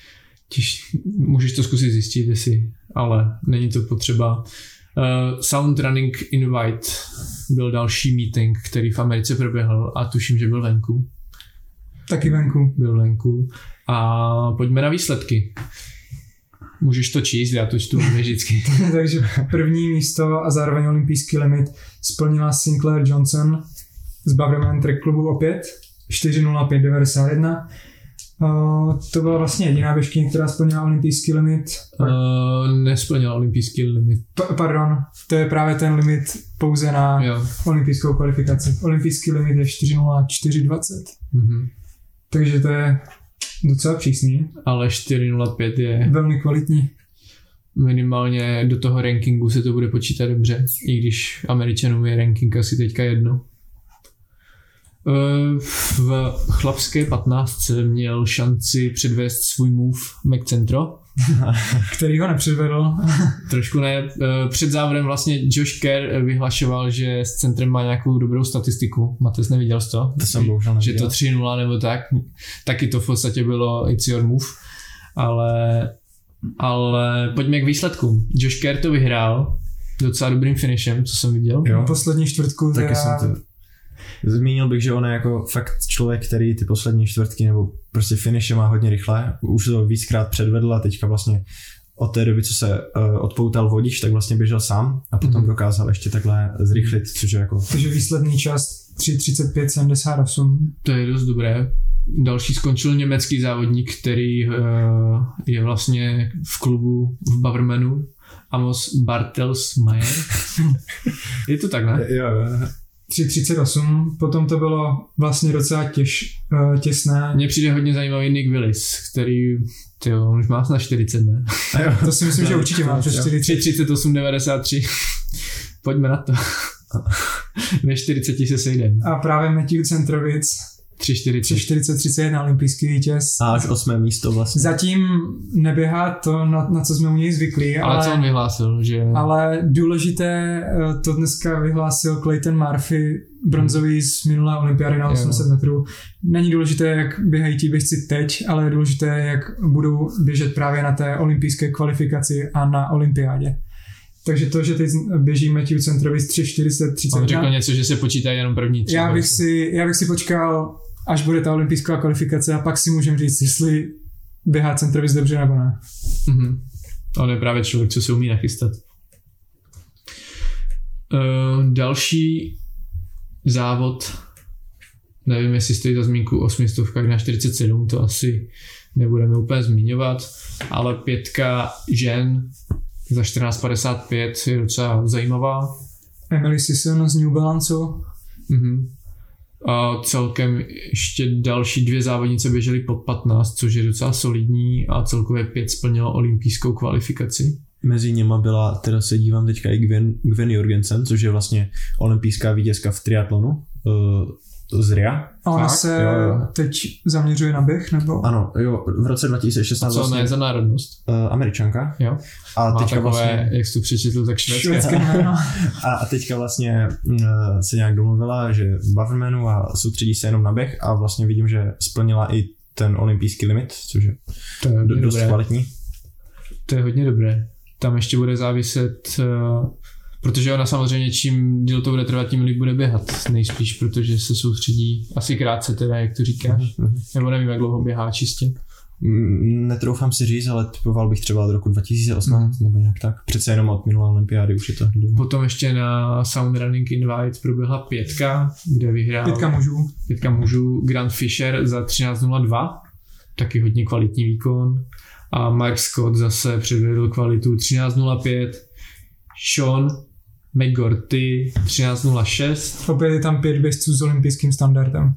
můžeš to zkusit zjistit, jestli, ale není to potřeba. Sound Running Invite byl další meeting, který v Americe proběhl a tuším, že byl venku. Taky venku. Byl venku. A pojďme na výsledky. Můžeš to číst, já to čtu vždycky. Takže první místo a zároveň olympijský limit splnila Sinclair Johnson z Bowerman Track klubu opět 4:05:91. To byla vlastně jediná běžkyně, která splnila olympijský limit. Nesplnila olympijský limit. Pardon, to je právě ten limit pouze na olympijskou kvalifikaci. Olympijský limit je 4:04:20. Mm-hmm. Takže to je docela přísný. Ale 4:05 je velmi kvalitní. Minimálně do toho rankingu se to bude počítat dobře, i když Američanům je ranking asi teďka jedno. V chlapské 15 měl šanci předvést svůj move McCentro. Který ho nepředvedl. Trošku ne. Před závodem vlastně Josh Kerr vyhlašoval, že s centrem má nějakou dobrou statistiku. Matez, neviděl jsi to? To jsem bohužel neviděl. Že to 3:0 nebo tak. Taky to v podstatě bylo It's Your Move. Ale pojďme k výsledku. Josh Kerr to vyhrál docela dobrým finishem, co jsem viděl. Jo. Poslední čtvrtku. Taky jsem to... Zmínil bych, že on je jako fakt člověk, který ty poslední čtvrtky nebo prostě finiše má hodně rychle. Už to víckrát předvedl a teďka vlastně od té doby, co se odpoutal vodič, tak vlastně běžel sám a potom dokázal ještě takhle zrychlit, což je jako... Takže výsledný čas 3:35:78. To je dost dobré. Další skončil německý závodník, který je vlastně v klubu v Bavermanu. Amos Bartelsmeier. Je to tak, ne? Jo. 3:38, potom to bylo vlastně docela těsné. Mně přijde hodně zajímavý Nick Willis, který, on už má snad 40, ne? To si myslím, že určitě má přes 40. 3:38:93. Pojďme na to. Ve 40 se sejdeme. A právě Matthew Centrovic 3:40:31 olympijský vítěz. A až 8. místo vlastně. Zatím neběhá to, na co jsme u něj zvyklí. Ale co on vyhlásil? Že... Ale důležité, to dneska vyhlásil Clayton Murphy, bronzový z minulé olympiády na 800 metrů. Není důležité, jak běhají ti běžci teď, ale je důležité, jak budou běžet právě na té olympijské kvalifikaci a na olympiádě. Takže to, že teď běží Matthew Centrovic 3:40:31. On řekl něco, že se počítá jenom první 3. Já bych si počkal, až bude ta olympijská kvalifikace a pak si můžeme říct, jestli běhá Centrovic dobře nebo ne. Mm-hmm. On je právě člověk, co se umí nachystat. Další závod, nevím, jestli stojí za zmínku 800 na 47, to asi nebudeme úplně zmiňovat, ale 5 žen za 14:55 je docela zajímavá. Emily Sisson z New Balance. Mm-hmm. A celkem ještě další 2 závodnice běžely pod 15, což je docela solidní a celkově 5 splnilo olympijskou kvalifikaci. Mezi něma byla, teda se dívám teďka i Gwen Jorgensen, což je vlastně olympijská vítězka v triatlonu z RIA. A ona se teď zaměřuje na běh, nebo? Ano, jo, v roce 2016 a co vlastně... ona je za národnost? Američanka. Jo. A má teďka takové, vlastně... jak jsi to přečetl, tak švédské. A teďka vlastně se nějak domluvila, že v Bavermanu a soustředí se jenom na běh a vlastně vidím, že splnila i ten olympijský limit, což je dost kvalitní. To je hodně dobré. Tam ještě bude záviset... Protože ona samozřejmě čím díl to bude trvat, tím líp bude běhat. Nejspíš, protože se soustředí asi krátce teda, jak to říkáš. Nebo nevím, jak dlouho běhá čistě. Netroufám si říct, ale typoval bych třeba od roku 2018 nebo nějak tak. Přece jenom od minulé olympiády už je to dlouho. Potom ještě na Sound Running Invite proběhla 5, kde vyhrál 5 mužů Grant Fisher za 13:02. Taky hodně kvalitní výkon. A Mark Scott zase předvedl kvalitu 13:05. Sean McGorty 13:06. Opět je tam 5 běžců s olympijským standardem.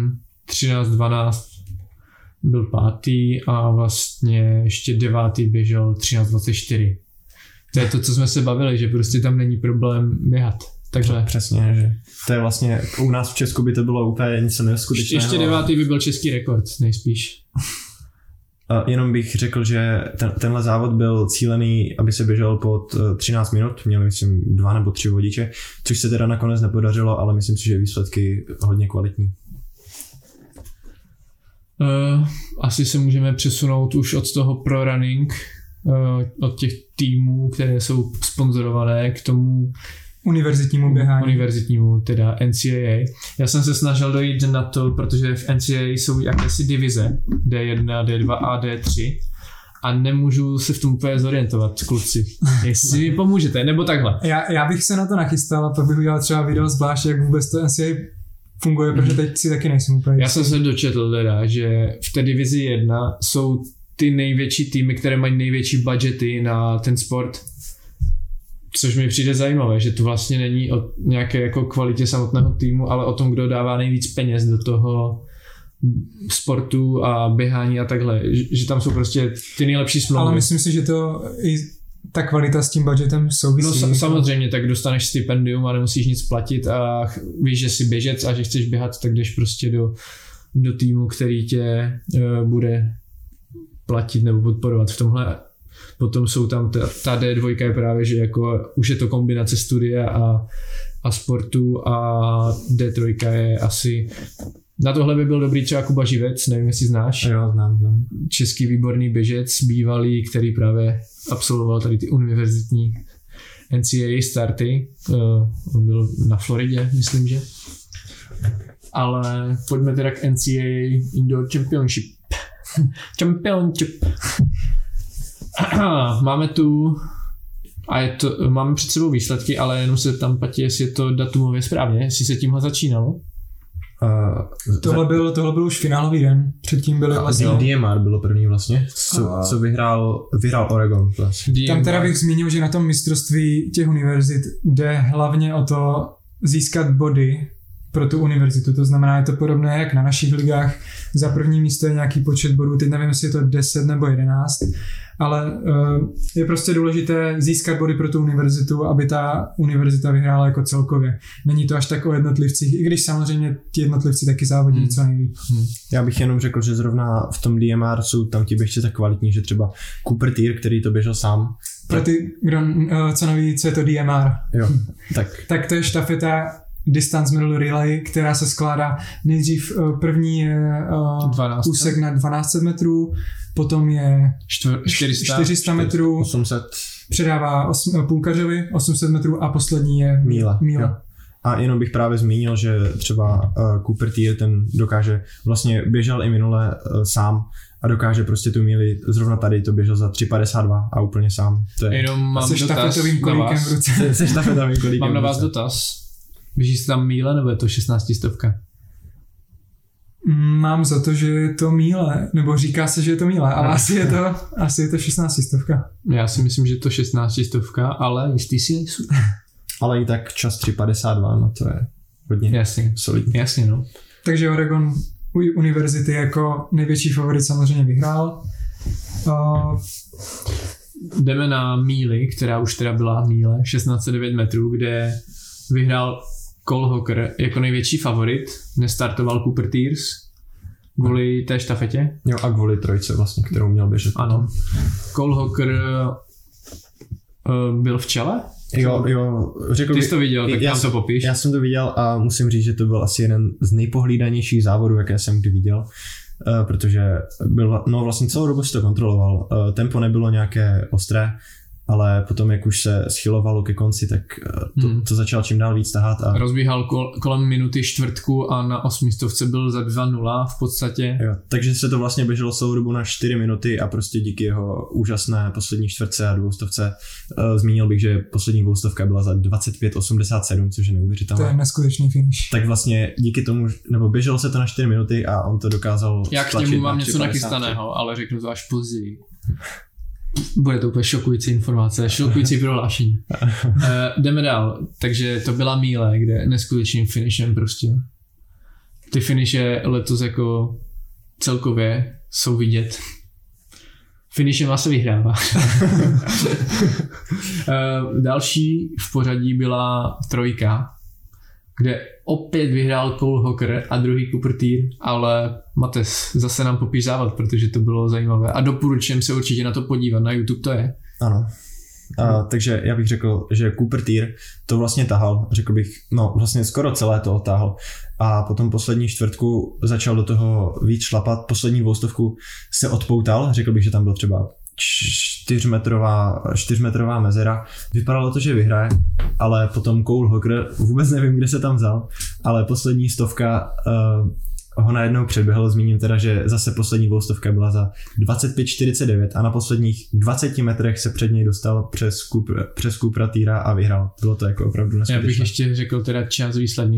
13:12 byl 5. a vlastně ještě 9. běžel 13:24. To je to, co jsme se bavili, že prostě tam není problém běhat. Takže přesně, že to je vlastně u nás v Česku by to bylo úplně něco neskutečného. Ještě 9. by byl český rekord, nejspíš. Jenom bych řekl, že tenhle závod byl cílený, aby se běžel pod 13 minut, měli myslím 2 nebo 3 vodiče, což se teda nakonec nepodařilo, ale myslím si, že výsledky hodně kvalitní. Asi se můžeme přesunout už od toho pro running, od těch týmů, které jsou sponzorované, k tomu univerzitnímu běhání. Univerzitnímu, teda NCAA. Já jsem se snažil dojít na to, protože v NCAA jsou jakési divize D1, D2 a D3 a nemůžu se v tom úplně zorientovat, kluci. Jestli mi pomůžete, nebo takhle. Já bych se na to nachystal a pak bych udělal třeba video zvlášť, jak vůbec to NCAA funguje, protože teď si taky nejsem úplně. Já jsem se dočetl teda, že v té divizi 1 jsou ty největší týmy, které mají největší budgety na ten sport. Což mi přijde zajímavé, že to vlastně není o nějaké jako kvalitě samotného týmu, ale o tom, kdo dává nejvíc peněz do toho sportu a běhání a takhle. Že tam jsou prostě ty nejlepší smlouvy. Ale myslím si, že to i ta kvalita s tím budgetem souvisí. No samozřejmě, tak dostaneš stipendium a nemusíš nic platit a víš, že jsi běžec a že chceš běhat, tak jdeš prostě do týmu, který tě bude platit nebo podporovat v tomhle. Potom jsou tam ta D2 je právě, že jako už je to kombinace studia a sportu a D3 je asi... Na tohle by byl dobrý třeba Kuba Živec, nevím, jestli znáš. Jo, znám. Český výborný běžec, bývalý, který právě absolvoval tady ty univerzitní NCAA starty. On byl na Floridě, myslím, že. Ale pojďme teda k NCAA Indoor Championship. Máme tu máme před sebou výsledky, ale jenom se tam Pati, jestli je to datumově správně, jestli se tímhle začínalo. Tohle byl už finálový den, předtím byly vlastně... DMR bylo první vlastně, co vyhrál Oregon. Tam teda bych zmínil, že na tom mistrovství těch univerzit jde hlavně o to získat body pro tu univerzitu, to znamená, je to podobné jak na našich ligách, za první místo je nějaký počet bodů, teď nevím, jestli je to 10 nebo 11, ale je prostě důležité získat body pro tu univerzitu, aby ta univerzita vyhrála jako celkově. Není to až tak o jednotlivcích, i když samozřejmě ti jednotlivci taky závodí co nejlíp. Já bych jenom řekl, že zrovna v tom DMR jsou tam ti běžci tak kvalitní, že třeba Cooper Teare, který to běžel sám. Pro ty, kdo co neví, co je to DMR. Jo, tak to je štafeta Distance Medal Relay, která se skládá nejdřív první je úsek na 1200 metrů, potom je 400 metrů, 800. Předává půlkařovi 800 metrů a poslední je míle. A jenom bych právě zmínil, že třeba Cooper Teare ten dokáže, vlastně běžel i minule sám a dokáže prostě tu míli, zrovna tady to běžel za 3,52 a úplně sám. To je... Jenom mám se štafetovým kolíkem v ruce. Se štafetovým kolíkem mám na vás dotaz. Běží se tam míle, nebo je to 16 stovka? Mám za to, že je to míle, nebo říká se, že je to míle, ale asi je to 16 stovka. Já si myslím, že je to 16 stovka, ale jistý si nejsou. Ale i tak čas 3,52, no to je hodně solidní. Jasně, no. Takže Oregon univerzity jako největší favorit samozřejmě vyhrál. Jdeme na míli, která už teda byla míle, 1609 metrů, kde vyhrál Cole Hooker jako největší favorit, nestartoval Cooper Teare kvůli té štafetě. Jo, a kvůli trojce vlastně, kterou měl běžet. Ano. Cole Hooker byl v čele? Jo, řekl Ty jsi to viděl, tak nám to popiš. Já jsem to viděl a musím říct, že to byl asi jeden z nejpohlídanějších závodů, jaké jsem kdy viděl, protože vlastně celou dobu si to kontroloval. Tempo nebylo nějaké ostré, ale potom, jak už se schylovalo ke konci, tak to začal čím dál víc tahat. A... Rozbíhal kolem minuty čtvrtku a na 800 byl za 2:0 v podstatě. Jo, takže se to vlastně běželo celou dobu na 4 minuty a prostě díky jeho úžasné poslední čtvrtce a 200 zmínil bych, že poslední 200 byla za 25:87, což je neuvěřitelné. To je neskutečný finish. Tak vlastně díky tomu, nebo běželo se to na 4 minuty a on to dokázal Já k němu mám něco nachystaného, ale řeknu to až později. Bude to úplně šokující informace, šokující prohlášení. Jdeme dál. Takže to byla míle, kde neskutečným finishem prostě. Ty finishe letos jako celkově jsou vidět. Finishem se vyhrává. Další v pořadí byla trojka, kde opět vyhrál Cole Hooker a druhý Cooper Teare, ale Mates, zase nám popíš závod, protože to bylo zajímavé a doporučujem se určitě na to podívat, na YouTube to je. Ano. Takže já bych řekl, že Cooper Teare to vlastně tahal, řekl bych, vlastně skoro celé to otáhl a potom poslední čtvrtku začal do toho víc šlapat, poslední 200 se odpoutal, řekl bych, že tam byl třeba 4metrová mezera. Vypadalo to, že vyhraje, ale potom Cole Hooker, vůbec nevím, kde se tam vzal, ale poslední 100 ho najednou předběhl. Zmíním teda, že zase poslední 200 byla za 25:49 a na posledních 20 metrech se před něj dostal přes Coopera Teara a vyhrál. Bylo to jako opravdu neskutečné. Já bych ještě řekl teda čas výsledný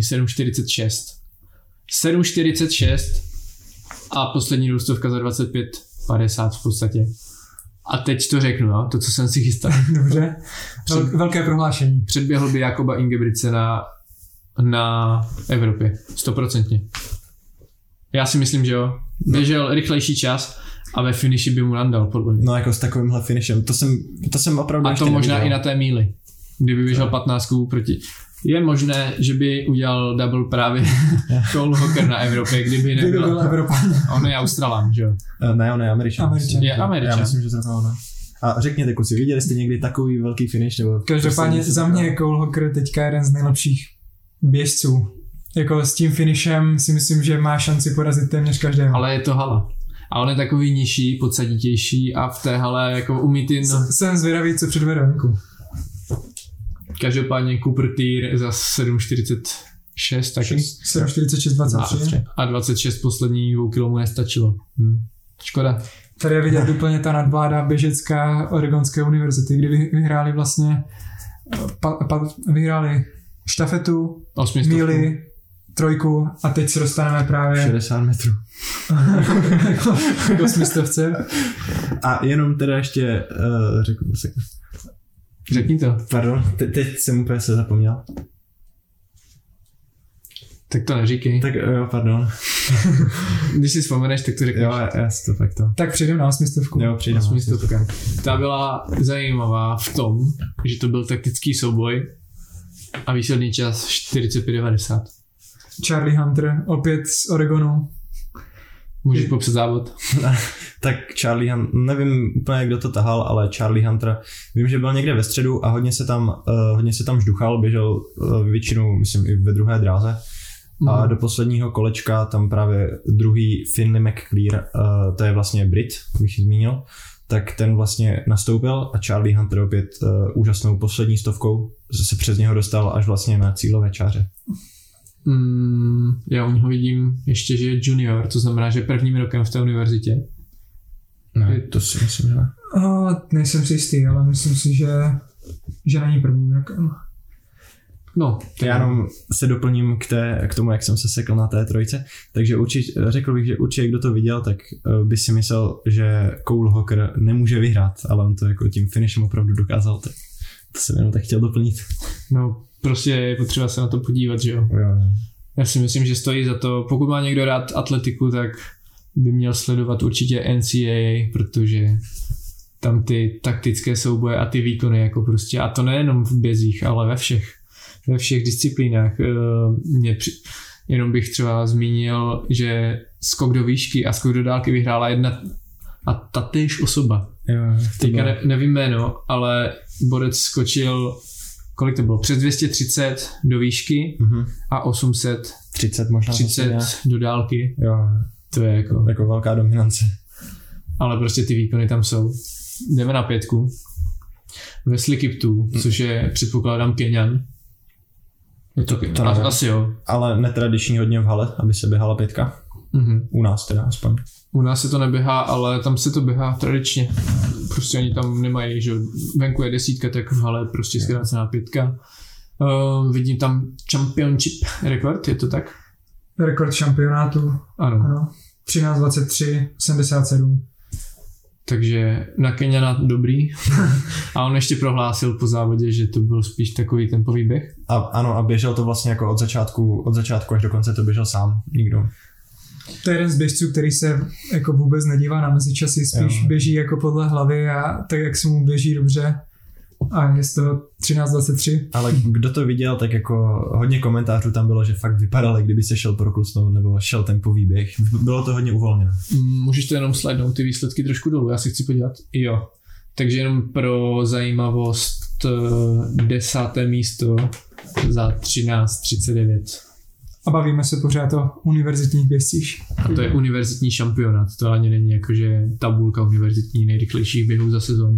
7:46 a poslední 200 za 25:50 v podstatě. A teď to řeknu, to, co jsem si chystal. Dobře, velké prohlášení. Předběhl by Jakoba Ingebrigtse na Evropě, 100%. Já si myslím, že jo. Běžel rychlejší čas a ve finiši by mu nandal, podle mě. No jako s takovýmhle finishem, to jsem opravdu a to možná i na té míli, kdyby běžel 15 proti. Je možné, že by udělal double právě Cole Hooker na Evropě, kdyby nebyl Evropan. On je Australan, že jo? Ne, on je Američan. Je Američan. Já myslím, že zrovna ono. A řekněte, kluci, viděli jste někdy takový velký finish? Nebo každopádně za mě je Cole Hooker teďka jeden z nejlepších běžců. Jako s tím finishem si myslím, že má šanci porazit téměř každého. Ale je to hala. A on je takový nižší, podsaditější a v té hale jako umí ty... Jsem zvědavý, co předvede venku. Každopádně Cooper Teare za 7:40 6 taky. 7,46,23. A 26 poslední 2 km nestačilo. Škoda. Tady je vidět úplně ta nadvláda běžecká Oregonské univerzity, kdy vyhráli vlastně vyhráli štafetu, míli, trojku a teď se dostaneme právě 60 metrů. k 800. A jenom teda ještě Řekni to. Pardon, teď jsem úplně se zapomněl. Tak to neříkej. Tak jo, pardon. Když si vzpomeneš, tak to řekneš. Jo, já si to fakt to. Tak přijdem na 800. Jo, přijdem na 800. Ta byla zajímavá v tom, že to byl taktický souboj a výsledný čas 45:90. Charlie Hunter, opět z Oregonu. Můžeš popsat závod? Tak Charlie Hunter, nevím úplně, kdo to tahal, ale Charlie Hunter, vím, že byl někde ve středu a hodně se tam žduchal, běžel většinou, myslím, i ve druhé dráze. A do posledního kolečka tam právě druhý Finley McClear, to je vlastně Brit, bych zmínil, tak ten vlastně nastoupil a Charlie Hunter opět úžasnou poslední 100 se přes něho dostal až vlastně na cílové čáře. Já u něho vidím ještě, že je junior, to znamená, že prvním rokem v té univerzitě. Ne, to si myslím, že ne. Nejsem si jistý, ale myslím si, že není prvním rokem. No, já jenom se doplním k tomu, jak jsem se sekl na té trojce, takže řekl bych, že určitě kdo to viděl, tak by si myslel, že Cole Hawker nemůže vyhrát, ale on to jako tím finishem opravdu dokázal, tak to jsem jenom tak chtěl doplnit. No, prostě je potřeba se na to podívat, že jo? Jo. Já si myslím, že stojí za to, pokud má někdo rád atletiku, tak by měl sledovat určitě NCAA, protože tam ty taktické souboje a ty výkony jako prostě, a to nejenom v bězích, ale ve všech disciplínách. Jenom bych třeba zmínil, že skok do výšky a skok do dálky vyhrála jedna a tatéž osoba. Jo, teďka nevím jméno, ale borec skočil, kolik to bylo? Přes 230 do výšky a 830 možná 30 do dálky. Jo. To je jako velká dominance. Ale prostě ty výkony tam jsou. Jdeme na 5. Wesley Kiptu, což je, předpokládám, Keňan. Asi jo. Ale netradiční hodně v hale, aby se běhala 5. U nás teda aspoň. U nás se to neběhá, ale tam se to běhá tradičně. Prostě oni tam nemají, že venku je 10, tak v hale prostě zkrácená 5. Vidím tam championship rekord, je to tak? Rekord šampionátu. Ano. 13:23:77. Takže na Keňana dobrý. A on ještě prohlásil po závodě, že to byl spíš takový tempový běh. A běžel to vlastně jako od začátku až do konce to běžel sám, nikdo. To je jeden z běžců, který se jako vůbec nedívá na mezičasy, spíš běží jako podle hlavy a tak, jak se mu běží dobře. A je to 13:23. Ale kdo to viděl, tak jako hodně komentářů tam bylo, že fakt vypadalo, kdyby se šel proklusnout nebo šel tempový běh. Bylo to hodně uvolněné. Můžeš to jenom slidnout ty výsledky trošku dolů, já si chci podívat. Jo. Takže jenom pro zajímavost 10. místo za 13:39. A bavíme se pořád o univerzitních běžcích. A to je univerzitní šampionát, to ani není jakože tabulka univerzitní nejrychlejších běhů za sezónu.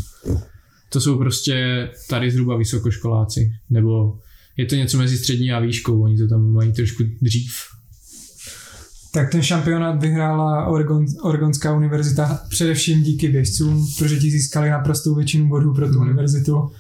To jsou prostě tady zhruba vysokoškoláci, nebo je to něco mezi střední a výškou, oni to tam mají trošku dřív. Tak ten šampionát vyhrála Oregonská univerzita především díky běžcům, protože ti získali naprostou většinu bodů pro tu univerzitu.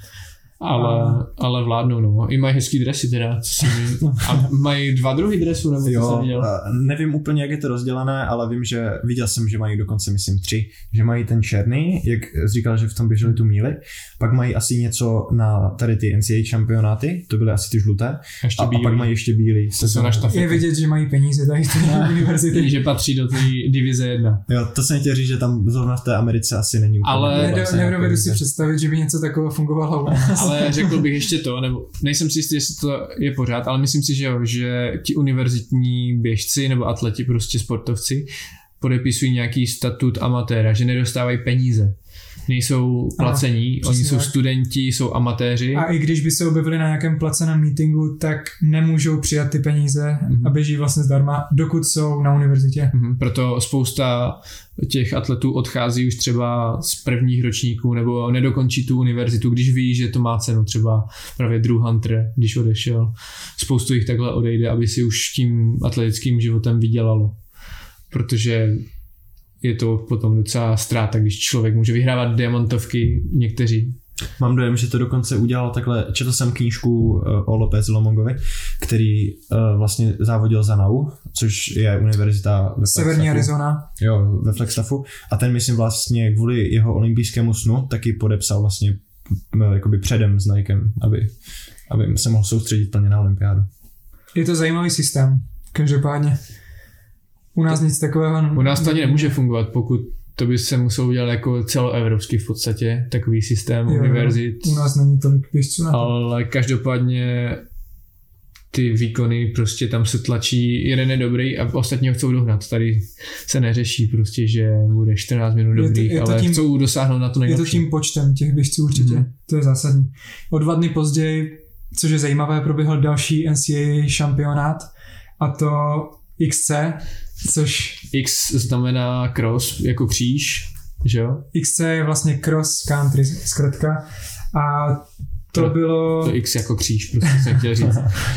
Ale vládnou, no. I mají hezký dresy teda. A mají 2 druhy dresů, nebo jo, jsem viděl? Nevím úplně, jak je to rozdělené, ale viděl jsem, že mají dokonce, myslím, 3. Že mají ten černý, jak říkal, že v tom běželi tu míli. Pak mají asi něco na tady ty NCAA šampionáty, to byly asi ty žluté. A pak mají ještě bílý. Je vidět, že mají peníze tady v té univerzity. Že patří do té divize 1. Jo, to jsem chtěl říct, že tam zrovna v té Americe asi není úplně. Ale nedovedu si představit, že by něco takového fungovalo u nás. Ale řekl bych ještě to, nebo nejsem si jistý, jestli to je pořád, ale myslím si, že jo, že ti univerzitní běžci nebo atleti, prostě sportovci, podepisují nějaký statut amatéra, že nedostávají peníze. Nejsou placení, oni jsou studenti, jsou amatéři. A i když by se objevili na nějakém placeném meetingu, tak nemůžou přijat ty peníze a běží vlastně zdarma, dokud jsou na univerzitě. Proto spousta těch atletů odchází už třeba z prvních ročníků nebo nedokončí tu univerzitu, když ví, že to má cenu. Třeba právě Drew Hunter, když odešel. Spoustu jich takhle odejde, aby si už tím atletickým životem vydělalo. Protože je to potom docela ztráta, když člověk může vyhrávat diamantovky někteří. Mám dojem, že to dokonce udělal takhle, četl jsem knížku o López Lomongovi, který vlastně závodil za NAU, což je univerzita ve Severní Arizona. Jo, ve Flagstaffu. A ten myslím vlastně kvůli jeho olympijskému snu taky podepsal vlastně jakoby předem s Nikem, aby se mohl soustředit plně na olympiádu. Je to zajímavý systém, každopádně. U nás nic takového... U nás to ani nemůže fungovat, pokud to by se muselo udělat jako celoevropský v podstatě, takový systém univerzit. U nás není tolik běžců na to. Ale každopádně ty výkony prostě tam se tlačí, jeden je dobrý a ostatní ho chcou dohnat. Tady se neřeší prostě, že bude 14 minut dobrých, ale chcou dosáhnout na to nejlepší. Je to tím počtem těch běžců určitě, to je zásadní. O 2 dny později, což je zajímavé, proběhl další NCAA šampionát a to XC, což... X znamená cross, jako kříž, že jo? XC je vlastně cross country, zkrátka. A to bylo... To X jako kříž, prostě jsem chtěl říct.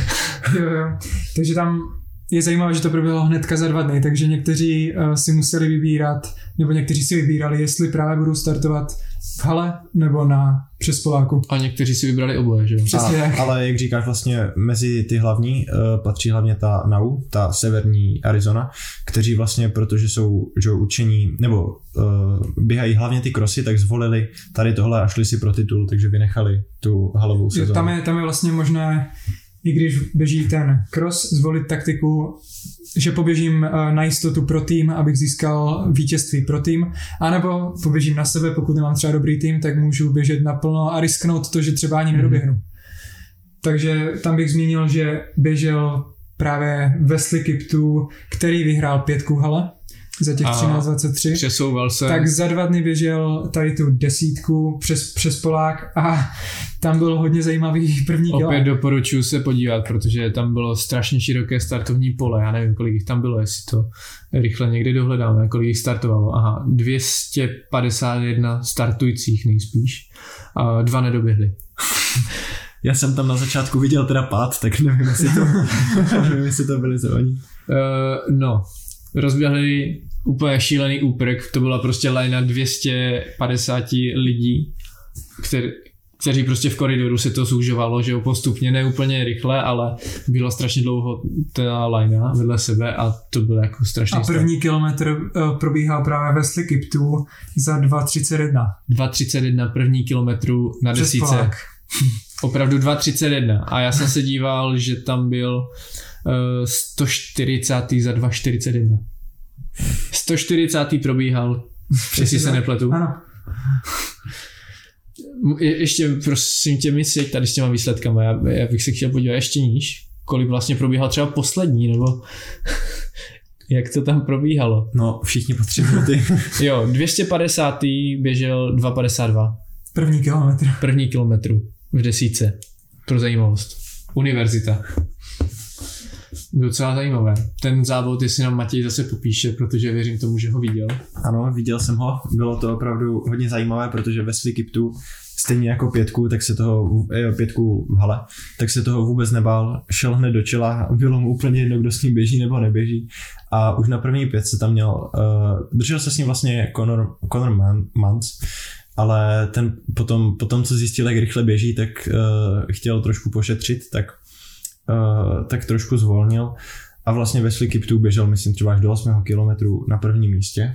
jo. Takže tam je zajímavé, že to proběhlo hnedka za 2 dny, takže někteří si museli vybírat, nebo někteří si vybírali, jestli právě budou startovat v hale nebo na přespoláku. A někteří si vybrali oboje, že jo? Přesně tak. Ale jak říkáš, vlastně mezi ty hlavní patří hlavně ta NAU, ta severní Arizona, kteří vlastně, protože jsou učení, nebo běhají hlavně ty krosy, tak zvolili tady tohle a šli si pro titul, takže vynechali tu halovou sezónu. Tam je vlastně možné, i když běží ten cross, zvolit taktiku, že poběžím na jistotu pro tým, abych získal vítězství pro tým, anebo poběžím na sebe, pokud nemám třeba dobrý tým, tak můžu běžet naplno a risknout to, že třeba ani nedoběhnu. Takže tam bych zmínil, že běžel právě Wesley Kiptoo, který vyhrál 5 hale za těch 13:23. Přesouval se. Tak za 2 dny běžel tady tu 10 přes Polák a tam byl hodně zajímavý první kila. Opět doporučuji se podívat, protože tam bylo strašně široké startovní pole, já nevím, kolik jich tam bylo, jestli to rychle někdy dohledáme, kolik jich startovalo. 251 startujících nejspíš a 2 nedoběhli. Já jsem tam na začátku viděl teda pád, tak nevím, jestli to byli za oni. Rozběhli úplně šílený úprk, to byla prostě lajna 250 lidí, kteří prostě v koridoru se to zúžovalo, že jo, postupně, ne úplně rychle, ale byla strašně dlouho ta lajna vedle sebe a to bylo jako strašný. A první kilometr probíhal právě Wesley Kiptoo za 2:31. 2:31 první kilometru na desíce. Opravdu 2:31 a já jsem se díval, že tam byl 140. za 2:41. 140. probíhal, jestli se nepletu. Ano. Ještě prosím tě mi sjeď tady s těma výsledkama, já bych se chtěl podívat ještě níž, kolik vlastně probíhal třeba poslední, nebo jak to tam probíhalo. No, všichni po 3 minuty. Jo, 250. běžel 2:52. První kilometru v desíce. Pro zajímavost. Univerzita. Docela zajímavé. Ten závod, jestli nám Matěj zase popíše, protože věřím tomu, že ho viděl. Ano, viděl jsem ho. Bylo to opravdu hodně zajímavé, protože Wesley Kiptoo stejně jako 5, tak se toho 5 v hale, tak se toho vůbec nebál. Šel hned do čela, bylo mu úplně jedno, kdo s ním běží nebo neběží. A už na první 5 se tam měl, držel se s ním vlastně Conor Mantz, ale ten potom co zjistil, jak rychle běží, tak chtěl trošku pošetřit, tak trošku zvolnil a vlastně Wesley Kiptoo běžel, myslím, třeba až do 8 kilometru na prvním místě.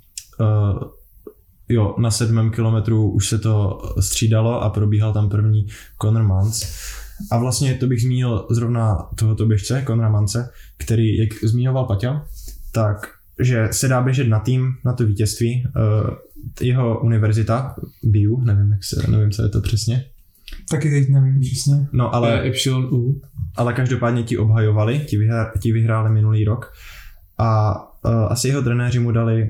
Na 7. kilometru už se to střídalo a probíhal tam první Conor Mantz. A vlastně to bych zmínil zrovna tohoto běžce, Conora Mantze, který, jak zmiňoval Paťa, tak že se dá běžet na tým, na to vítězství. Jeho univerzita, BU, nevím, co je to přesně. Taky teď nevím přesně. No, ale YU. Ale každopádně ti obhajovali, ti vyhráli minulý rok a asi jeho trenéři mu dali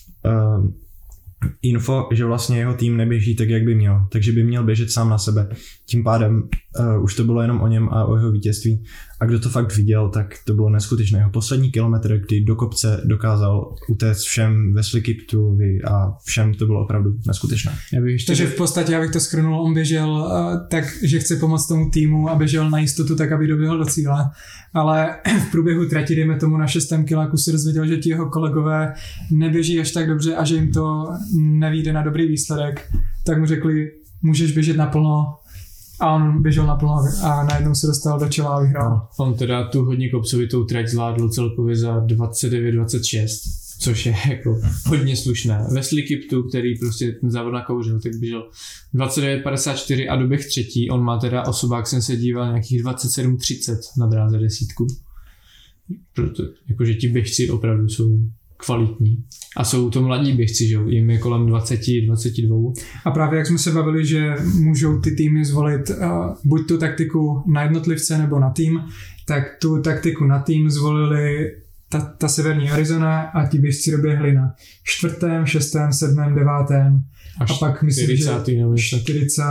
info, že vlastně jeho tým neběží tak, jak by měl, takže by měl běžet sám na sebe. Tím pádem už to bylo jenom o něm a o jeho vítězství. A kdo to fakt viděl, tak to bylo neskutečné. Jeho poslední kilometr, kdy do kopce dokázal utéct všem ve Slikiptovi a všem, to bylo opravdu neskutečné. Takže v podstatě, abych to shrnul, on běžel tak, že chce pomoct tomu týmu a běžel na jistotu tak, aby doběhl do cíle. Ale v průběhu trati, dejme tomu na 6. kiláku, se dozvěděl, že ti jeho kolegové neběží až tak dobře a že jim to nevyjde na dobrý výsledek. Tak mu řekli, můžeš běžet naplno. A on běžel naplno a najednou se dostal do čela a vyhrál. On teda tu hodně kopcovitou trať zvládl celkově za 29-26, což je jako hodně slušné. Ve Slikiptu, který prostě ten závod nakouřil, tak běžel 29-54 a doběh třetí. On má teda osobák, jsem se díval, nějakých 27-30 na dráze desítku. Proto, jakože ti běžci opravdu jsou kvalitní. A jsou to mladí běžci, že jo? Jim je kolem 20-22. A právě jak jsme se bavili, že můžou ty týmy zvolit buď tu taktiku na jednotlivce nebo na tým, tak tu taktiku na tým zvolili ta severní Arizona a ti běžci doběhli na 4., 6., 7., 9. A pak myslím, 40.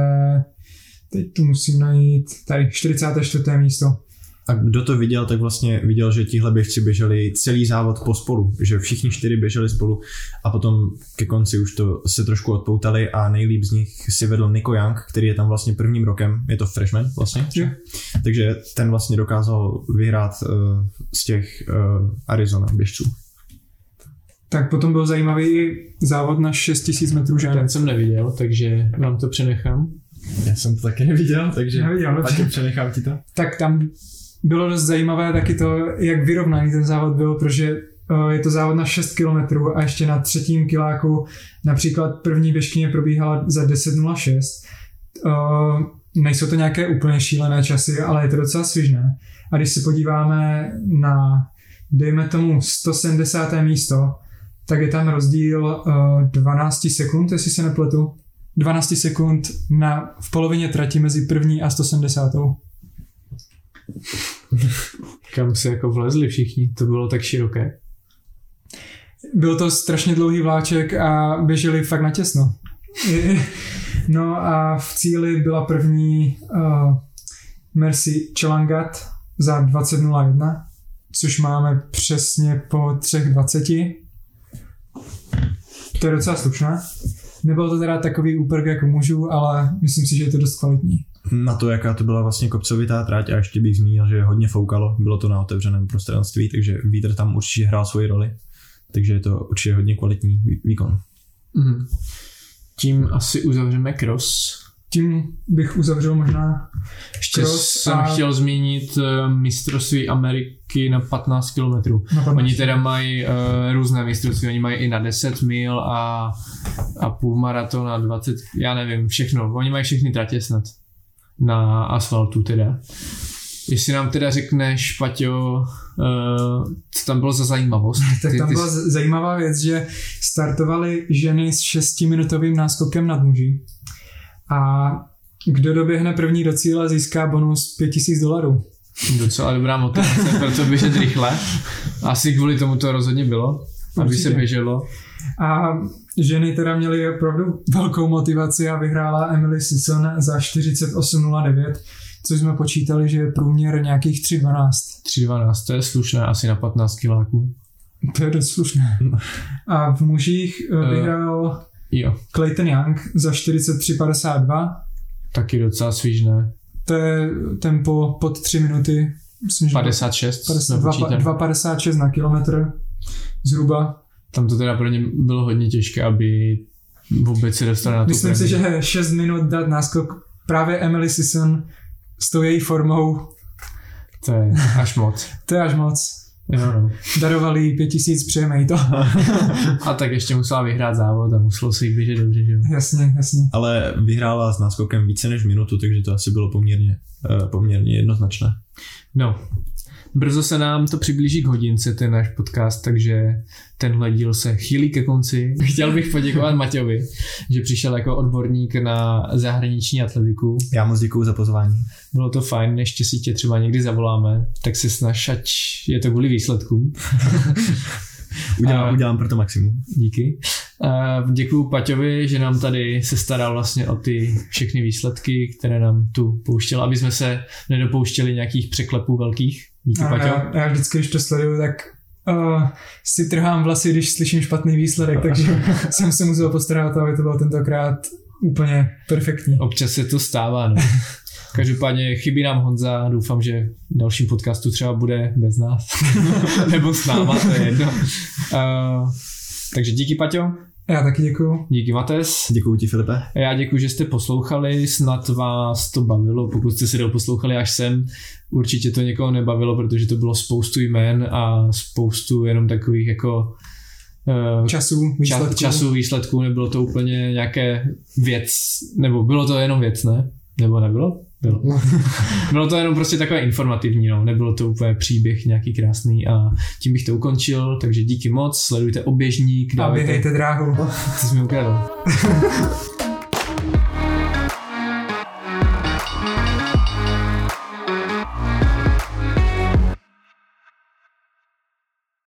Teď tu musím najít, tady 44. místo. A kdo to viděl, tak vlastně viděl, že tihle běžci běželi celý závod pospolu, že všichni 4 běželi spolu a potom ke konci už to se trošku odpoutali a nejlíp z nich si vedl Nico Young, který je tam vlastně prvním rokem, je to freshman vlastně, takže ten vlastně dokázal vyhrát z těch Arizona běžců. Tak potom byl zajímavý závod na 6000 metrů žen. Ten jsem neviděl, takže vám to přenechám. Já jsem to taky neviděl, takže taky přenechám ti to. Tak tam bylo dost zajímavé taky to, jak vyrovnaný ten závod byl, protože je to závod na 6 kilometrů a ještě na 3. kiláku například první běžkyně probíhala za 10:06. Nejsou to nějaké úplně šílené časy, ale je to docela svižné. A když se podíváme na, dejme tomu, 170. místo, tak je tam rozdíl 12 sekund, jestli se nepletu. 12 sekund v polovině trati mezi první a 170. Kam se jako vlezli všichni, to bylo tak široké. Byl to strašně dlouhý vláček a běželi fakt natěsno. No a v cíli byla první Mercy Chelangat za 20:01, což máme přesně po 3:20. To je docela slušné. Nebylo to teda takový úprk jako mužů, ale myslím si, že je to dost kvalitní. Na to, jaká to byla vlastně kopcovitá trať a ještě bych zmínil, že hodně foukalo, bylo to na otevřeném prostranství, takže vítr tam určitě hrál svoji roli, takže je to určitě hodně kvalitní výkon. Mm. Tím asi uzavřeme cross. Tím bych uzavřel možná ještě jsem chtěl zmínit mistrovství Ameriky na 15 km. Oni teda mají různé mistrovství, oni mají i na 10 mil a půlmaraton a 20, já nevím, všechno. Oni mají všechny tratě snad na asfaltu teda. Jestli nám teda řekneš, Paťo, co tam bylo za zajímavost? Tak tam byla zajímavá věc, že startovaly ženy s 6minutovým náskokem nad muži. A kdo doběhne první do cíle, získá bonus $5,000. Docela dobrá motivace, proto běžet rychle. Asi kvůli tomu to rozhodně bylo, aby se běželo. A ženy teda měly opravdu velkou motivaci a vyhrála Emily Sisson za 48:09, což jsme počítali, že je průměr nějakých 3:12. 3:12, to je slušné, asi na 15 kiláků. To je dost slušné. A v mužích vyhrál Clayton Young za 43:52. Taky docela svížné. To je tempo pod 3 minuty. Myslím, 56. 2,56 na kilometr zhruba. Tam to teda pro ně bylo hodně těžké, aby vůbec se dostali na tu Myslím si, že 6 minut dát náskok právě Emily Sisson s tou její formou. To je až moc. To je až moc. Jo, no. Darovali 5,000, přejeme jí to. A tak ještě musela vyhrát závod a muselo se jí běžet dobře, že jo? Jasně. Ale vyhrála s náskokem více než minutu, takže to asi bylo poměrně jednoznačné. No, Brzo se nám to přiblíží k hodince, ten náš podcast, takže tenhle díl se chýlí ke konci. Chtěl bych poděkovat Maťovi, že přišel jako odborník na zahraniční atletiku. Já moc děkuju za pozvání. Bylo to fajn, ještě si tě třeba někdy zavoláme, tak si snaž, ať je to kvůli výsledkům. Udělám pro to maximum. Díky. Děkuju Paťovi, že nám tady se staral vlastně o ty všechny výsledky, které nám tu pouštěl, aby jsme se nedopouštěli nějakých překlepů velkých. Díky, Paťo. Já vždycky, když to sleduju, tak si trhám vlasy, když slyším špatný výsledek, takže jsem se musel postarat o to, aby to bylo tentokrát úplně perfektní. Občas se to stává, no. Každopádně chybí nám Honza, doufám, že v dalším podcastu třeba bude bez nás. Nebo s náma, to je jedno. Takže díky, Paťo. Já taky děkuju. Díky, Mates. Děkuju ti, Filipe. Já děkuju, že jste poslouchali, snad vás to bavilo, pokud jste se doposlouchali až sem. Určitě to někoho nebavilo, protože to bylo spoustu jmen a spoustu jenom takových jako času výsledků, nebylo to úplně nějaké věc, nebo bylo to jenom věc, ne? Nebo nebylo? Bylo. Bylo to jenom prostě takové informativní, no. Nebylo to úplně příběh nějaký krásný a tím bych to ukončil, takže díky moc, sledujte Oběžník. A běhejte dráhu. To jsi mi ukradl.